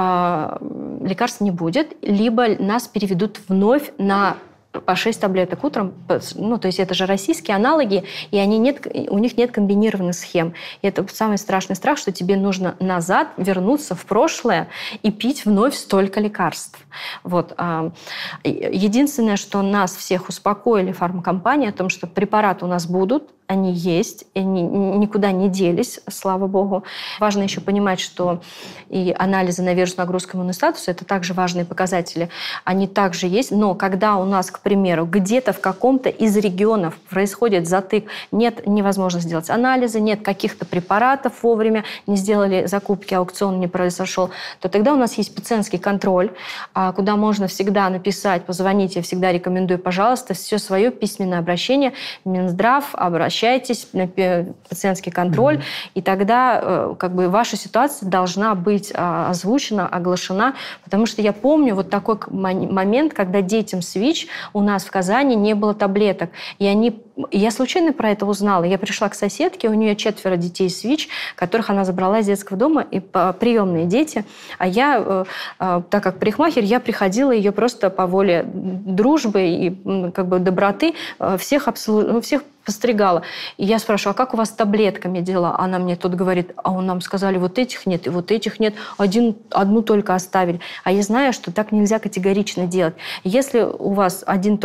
лекарств не будет, либо нас переведут вновь на по 6 таблеток утром, то есть это же российские аналоги, и у них нет комбинированных схем. И это самый страшный страх, что тебе нужно назад вернуться в прошлое и пить вновь столько лекарств. Вот. Единственное, что нас всех успокоили фармкомпании о том, что препараты у нас будут, они есть, они никуда не делись, слава богу. Важно еще понимать, что и анализы на вирусную нагрузку иммунного статуса – это также важные показатели. Они также есть, но когда у нас, к примеру, где-то в каком-то из регионов происходит затык, нет невозможности сделать анализы, нет каких-то препаратов вовремя, не сделали закупки, аукцион не произошел, то тогда у нас есть пациентский контроль, куда можно всегда написать, позвонить, я всегда рекомендую, пожалуйста, все свое письменное обращение, Минздрав, обращайтесь на пациентский контроль, и тогда ваша ситуация должна быть озвучена, оглашена, потому что я помню вот такой момент, когда детям с ВИЧ у нас в Казани не было таблеток, и я случайно про это узнала. Я пришла к соседке, у нее 4 детей с ВИЧ, которых она забрала из детского дома, и приемные дети. А я, так как парикмахер, я приходила ее просто по воле дружбы и доброты, всех постригала. И я спрашиваю: а как у вас с таблетками дела? Она мне тут говорит: а нам сказали, вот этих нет, и вот этих нет, одну только оставили. А я знаю, что так нельзя категорично делать. Если у вас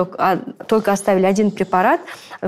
только оставили один препарат,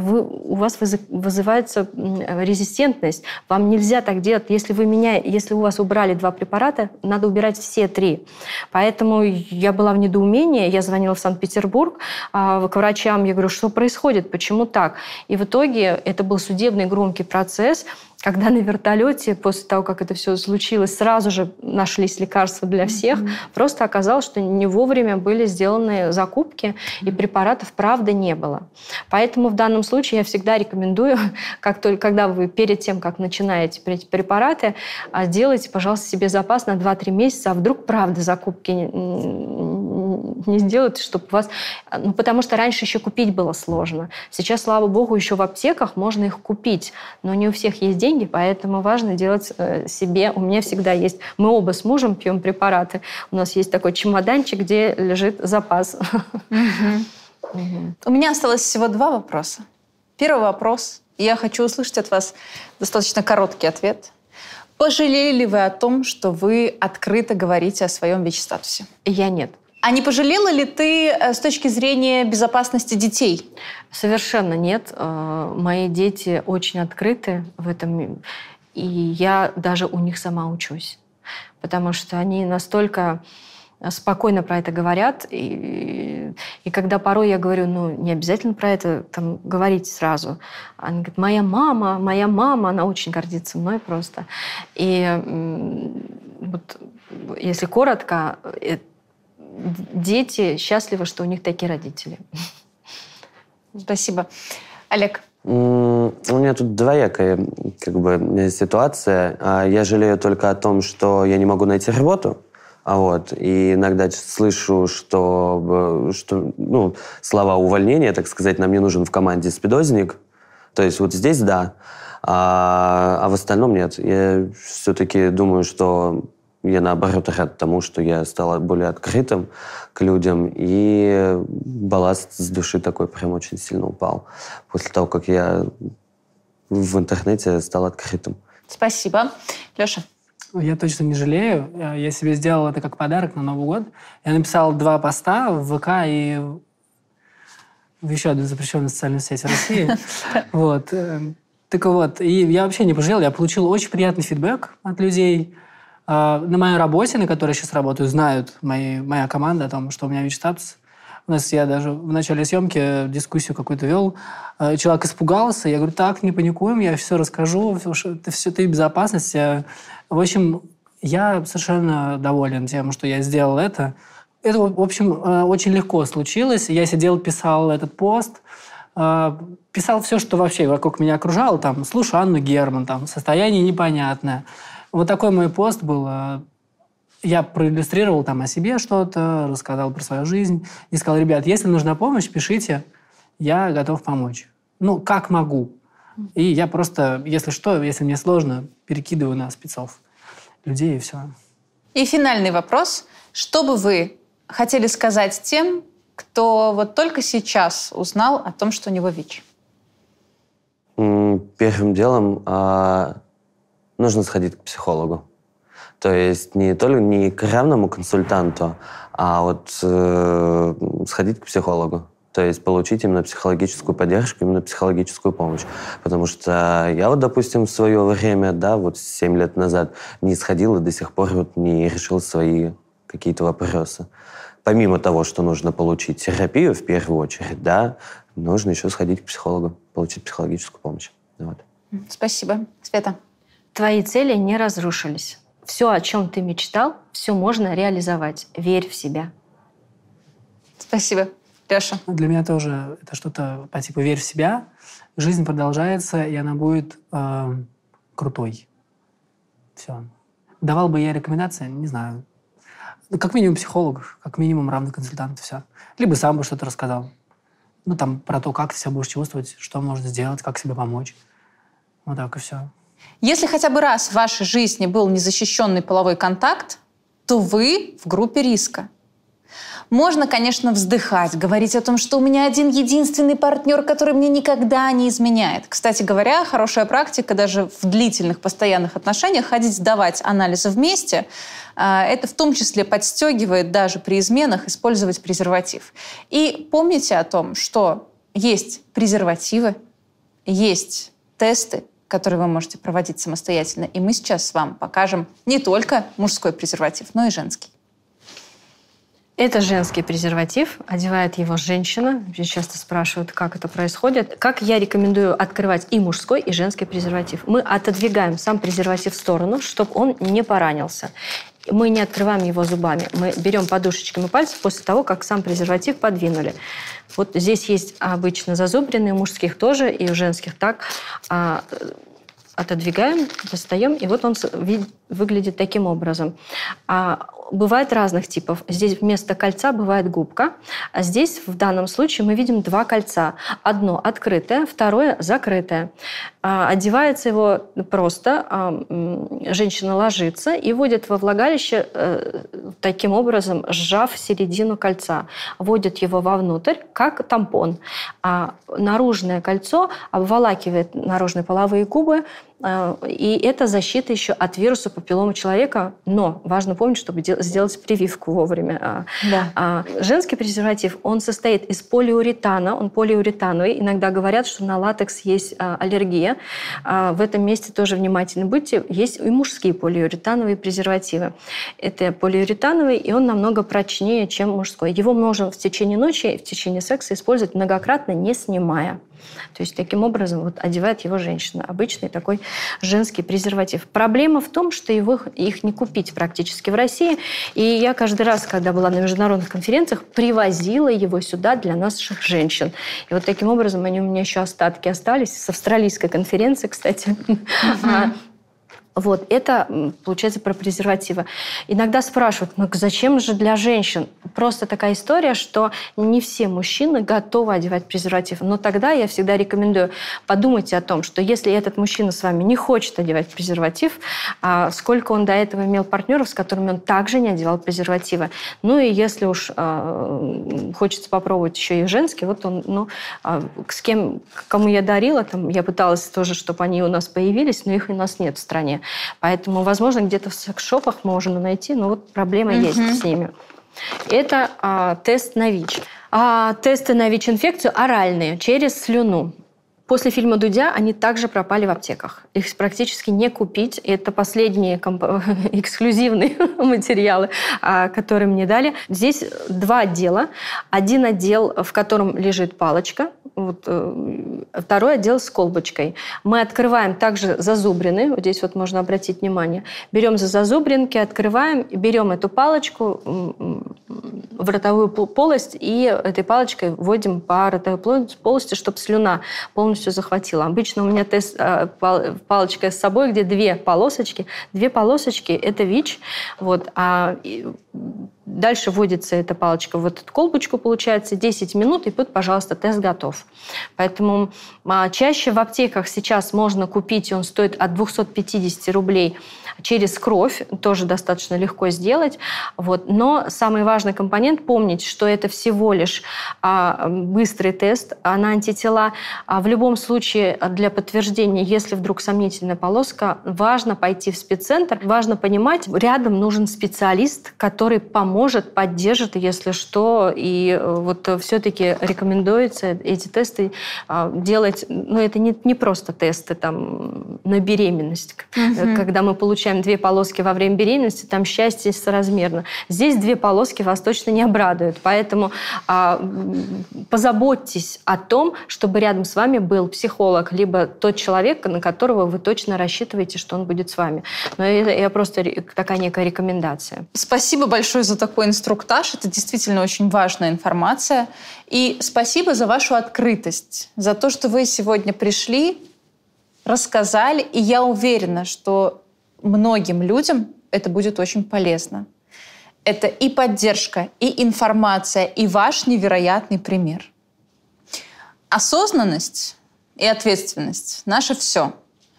у вас вызывается резистентность. Вам нельзя так делать. Если у вас убрали 2 препарата, надо убирать все 3. Поэтому я была в недоумении. Я звонила в Санкт-Петербург к врачам. Я говорю: что происходит? Почему так? И в итоге это был судебный громкий процесс, когда на вертолете, после того, как это все случилось, сразу же нашлись лекарства для всех. Просто оказалось, что не вовремя были сделаны закупки, и препаратов, правда, не было. Поэтому в данном случае я всегда рекомендую, когда вы перед тем, как начинаете пить препараты, делайте, пожалуйста, себе запас на 2-3 месяца, а вдруг, правда, закупки не сделают, чтобы вас... Ну, потому что раньше еще купить было сложно. Сейчас, слава богу, еще в аптеках можно их купить. Но не у всех есть деньги, поэтому важно делать себе. У меня всегда есть... Мы оба с мужем пьем препараты. У нас есть такой чемоданчик, где лежит запас. У меня осталось всего 2 вопроса. Первый вопрос. Я хочу услышать от вас достаточно короткий ответ. Пожалели ли вы о том, что вы открыто говорите о своем ВИЧ-статусе? Я нет. А не пожалела ли ты с точки зрения безопасности детей? Совершенно нет. Мои дети очень открыты в этом. И я даже у них сама учусь. Потому что они настолько спокойно про это говорят. И когда порой я говорю, не обязательно про это там, говорить сразу. Она говорит, моя мама, она очень гордится мной просто. И вот, если коротко, дети счастливы, что у них такие родители. Спасибо. Олег? У меня тут двоякая ситуация. Я жалею только о том, что я не могу найти работу. И иногда слышу, что слова увольнения, так сказать, нам не нужен в команде спидозник. То есть вот здесь да, а в остальном нет. Я все-таки думаю, что я наоборот рад тому, что я стал более открытым к людям, и балласт с души такой прям очень сильно упал после того, как я в интернете стал открытым. Спасибо. Леша? Я точно не жалею. Я себе сделал это как подарок на Новый год. Я написал 2 поста в ВК и в еще одной запрещенной социальной сети России. Так вот, и я вообще не пожалел. Я получил очень приятный фидбэк от людей. На моей работе, на которой я сейчас работаю, знают моя команда о том, что у меня ВИЧ-статус. Я даже в начале съемки дискуссию какую-то вел. Человек испугался. Я говорю, так, не паникуем, я все расскажу, ты в безопасности. В общем, я совершенно доволен тем, что я сделал это. Это, в общем, очень легко случилось. Я сидел, писал этот пост, писал все, что вообще вокруг меня окружало. Там, слушаю Анну Герман, там, состояние непонятное. Вот такой мой пост был. Я проиллюстрировал там о себе что-то, рассказал про свою жизнь и сказал, ребят, если нужна помощь, пишите, я готов помочь. Как могу. И я просто, если что, если мне сложно, перекидываю на спецов людей, и все. И финальный вопрос. Что бы вы хотели сказать тем, кто вот только сейчас узнал о том, что у него ВИЧ? Первым делом нужно сходить к психологу. То есть не к равному консультанту, а сходить к психологу. То есть получить именно психологическую поддержку, именно психологическую помощь. Потому что я допустим, в свое время, 7 лет назад, не сходил и до сих пор не решил свои какие-то вопросы. Помимо того, что нужно получить терапию в первую очередь, нужно еще сходить к психологу, получить психологическую помощь. Спасибо. Света? Твои цели не разрушились. Все, о чем ты мечтал, все можно реализовать. Верь в себя. Спасибо. Леша? Для меня тоже это что-то по типу «верь в себя». Жизнь продолжается, и она будет крутой. Все. Давал бы я рекомендации? Не знаю. Как минимум психолог, как минимум равный консультант, все. Либо сам бы что-то рассказал. Про то, как ты себя будешь чувствовать, что можно сделать, как себе помочь. Вот так и все. Если хотя бы раз в вашей жизни был незащищенный половой контакт, то вы в группе риска. Можно, конечно, вздыхать, говорить о том, что у меня один единственный партнер, который мне никогда не изменяет. Кстати говоря, хорошая практика даже в длительных, постоянных отношениях ходить сдавать анализы вместе. Это в том числе подстегивает даже при изменах использовать презерватив. И помните о том, что есть презервативы, есть тесты, которые вы можете проводить самостоятельно. И мы сейчас вам покажем не только мужской презерватив, но и женский. Это женский презерватив, одевает его женщина. Меня часто спрашивают, как это происходит. Как я рекомендую открывать и мужской, и женский презерватив? Мы отодвигаем сам презерватив в сторону, чтобы он не поранился. Мы не открываем его зубами. Мы берем подушечками пальцев после того, как сам презерватив подвинули. Вот здесь есть обычно зазубренные, у мужских тоже, и у женских так. Отодвигаем, достаем, и вот он выглядит таким образом. бывает разных типов. Здесь вместо кольца бывает губка. А здесь в данном случае мы видим 2 кольца. Одно открытое, второе закрытое. Одевается его просто. Женщина ложится и вводит во влагалище, таким образом сжав середину кольца. Вводит его вовнутрь, как тампон. А наружное кольцо обволакивает наружные половые губы, и это защита еще от вируса папилломы человека. Но важно помнить, чтобы сделать прививку вовремя. Да. Женский презерватив, он состоит из полиуретана, он полиуретановый. Иногда говорят, что на латекс есть аллергия. В этом месте тоже внимательны будьте. Есть и мужские полиуретановые презервативы. Это полиуретановый, и он намного прочнее, чем мужской. Его можно в течение ночи, в течение секса использовать многократно, не снимая. То есть таким образом вот одевает его женщина. Обычный такой женский презерватив. Проблема в том, что их не купить практически в России. И я каждый раз, когда была на международных конференциях, привозила его сюда для наших женщин. И вот таким образом они у меня еще остатки остались. С австралийской конференции, кстати. Вот, это, получается, про презервативы. Иногда спрашивают, ну зачем же для женщин? Просто такая история, что не все мужчины готовы одевать презерватив. Но тогда я всегда рекомендую, подумайте о том, что если этот мужчина с вами не хочет одевать презерватив, сколько он до этого имел партнеров, с которыми он также не одевал презервативы. Ну и если уж хочется попробовать еще и женский, вот он, кому я дарила, там, я пыталась тоже, чтобы они у нас появились, но их у нас нет в стране. Поэтому, возможно, где-то в секс-шопах можно найти, но вот проблема есть с ними. Это тест на ВИЧ. Тесты на ВИЧ-инфекцию оральные, через слюну. После фильма «Дудя» они также пропали в аптеках. Их практически не купить. Это последние эксклюзивные материалы, которые мне дали. Здесь 2 отдела. Один отдел, в котором лежит палочка. Второй отдел с колбочкой. Мы открываем также зазубрины. Вот здесь вот можно обратить внимание. Берем за зазубринки, открываем, берем эту палочку в ротовую полость и этой палочкой вводим по ротовой полости, чтобы слюна полностью захватила. Обычно у меня палочка с собой, где 2 полосочки. 2 полосочки – это ВИЧ. Вот, дальше вводится эта палочка в эту колбочку, получается, 10 минут, и тут, пожалуйста, тест готов. Поэтому чаще в аптеках сейчас можно купить, он стоит от 250 рублей через кровь, тоже достаточно легко сделать. Вот. Но самый важный компонент – помнить, что это всего лишь быстрый тест на антитела. В любом случае, для подтверждения, если вдруг сомнительная полоска, важно пойти в спеццентр, важно понимать, рядом нужен специалист, который поможет, поддержит, если что. И вот все-таки рекомендуется эти тесты делать. Но это не просто тесты там, на беременность. Когда мы получаем 2 полоски во время беременности, там счастье соразмерно. Здесь 2 полоски вас точно не обрадуют. Поэтому позаботьтесь о том, чтобы рядом с вами был психолог, либо тот человек, на которого вы точно рассчитываете, что он будет с вами. Но это просто такая некая рекомендация. Спасибо большое за такой инструктаж. Это действительно очень важная информация. И спасибо за вашу открытость, за то, что вы сегодня пришли, рассказали. И я уверена, что многим людям это будет очень полезно. Это и поддержка, и информация, и ваш невероятный пример. Осознанность и ответственность – наше все.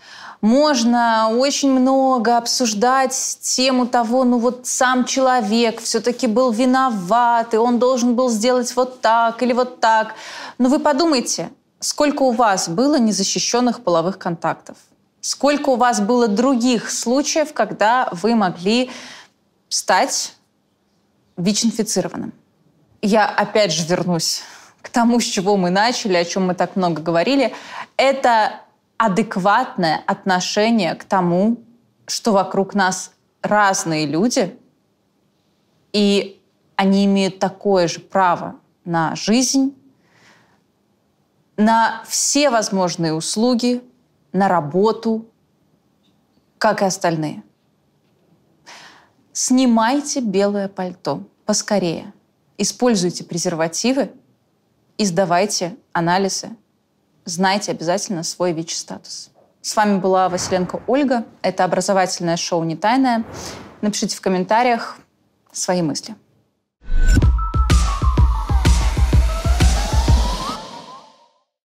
Можно очень много обсуждать тему того, сам человек все-таки был виноват, и он должен был сделать вот так или вот так. Но вы подумайте, сколько у вас было незащищенных половых контактов? Сколько у вас было других случаев, когда вы могли стать ВИЧ-инфицированным? Я опять же вернусь к тому, с чего мы начали, о чем мы так много говорили. Это адекватное отношение к тому, что вокруг нас разные люди, и они имеют такое же право на жизнь, на все возможные услуги, на работу, как и остальные. Снимайте белое пальто поскорее. Используйте презервативы и сдавайте анализы. Знайте обязательно свой ВИЧ-статус. С вами была Василенко Ольга. Это образовательное шоу «Не тайное». Напишите в комментариях, свои мысли.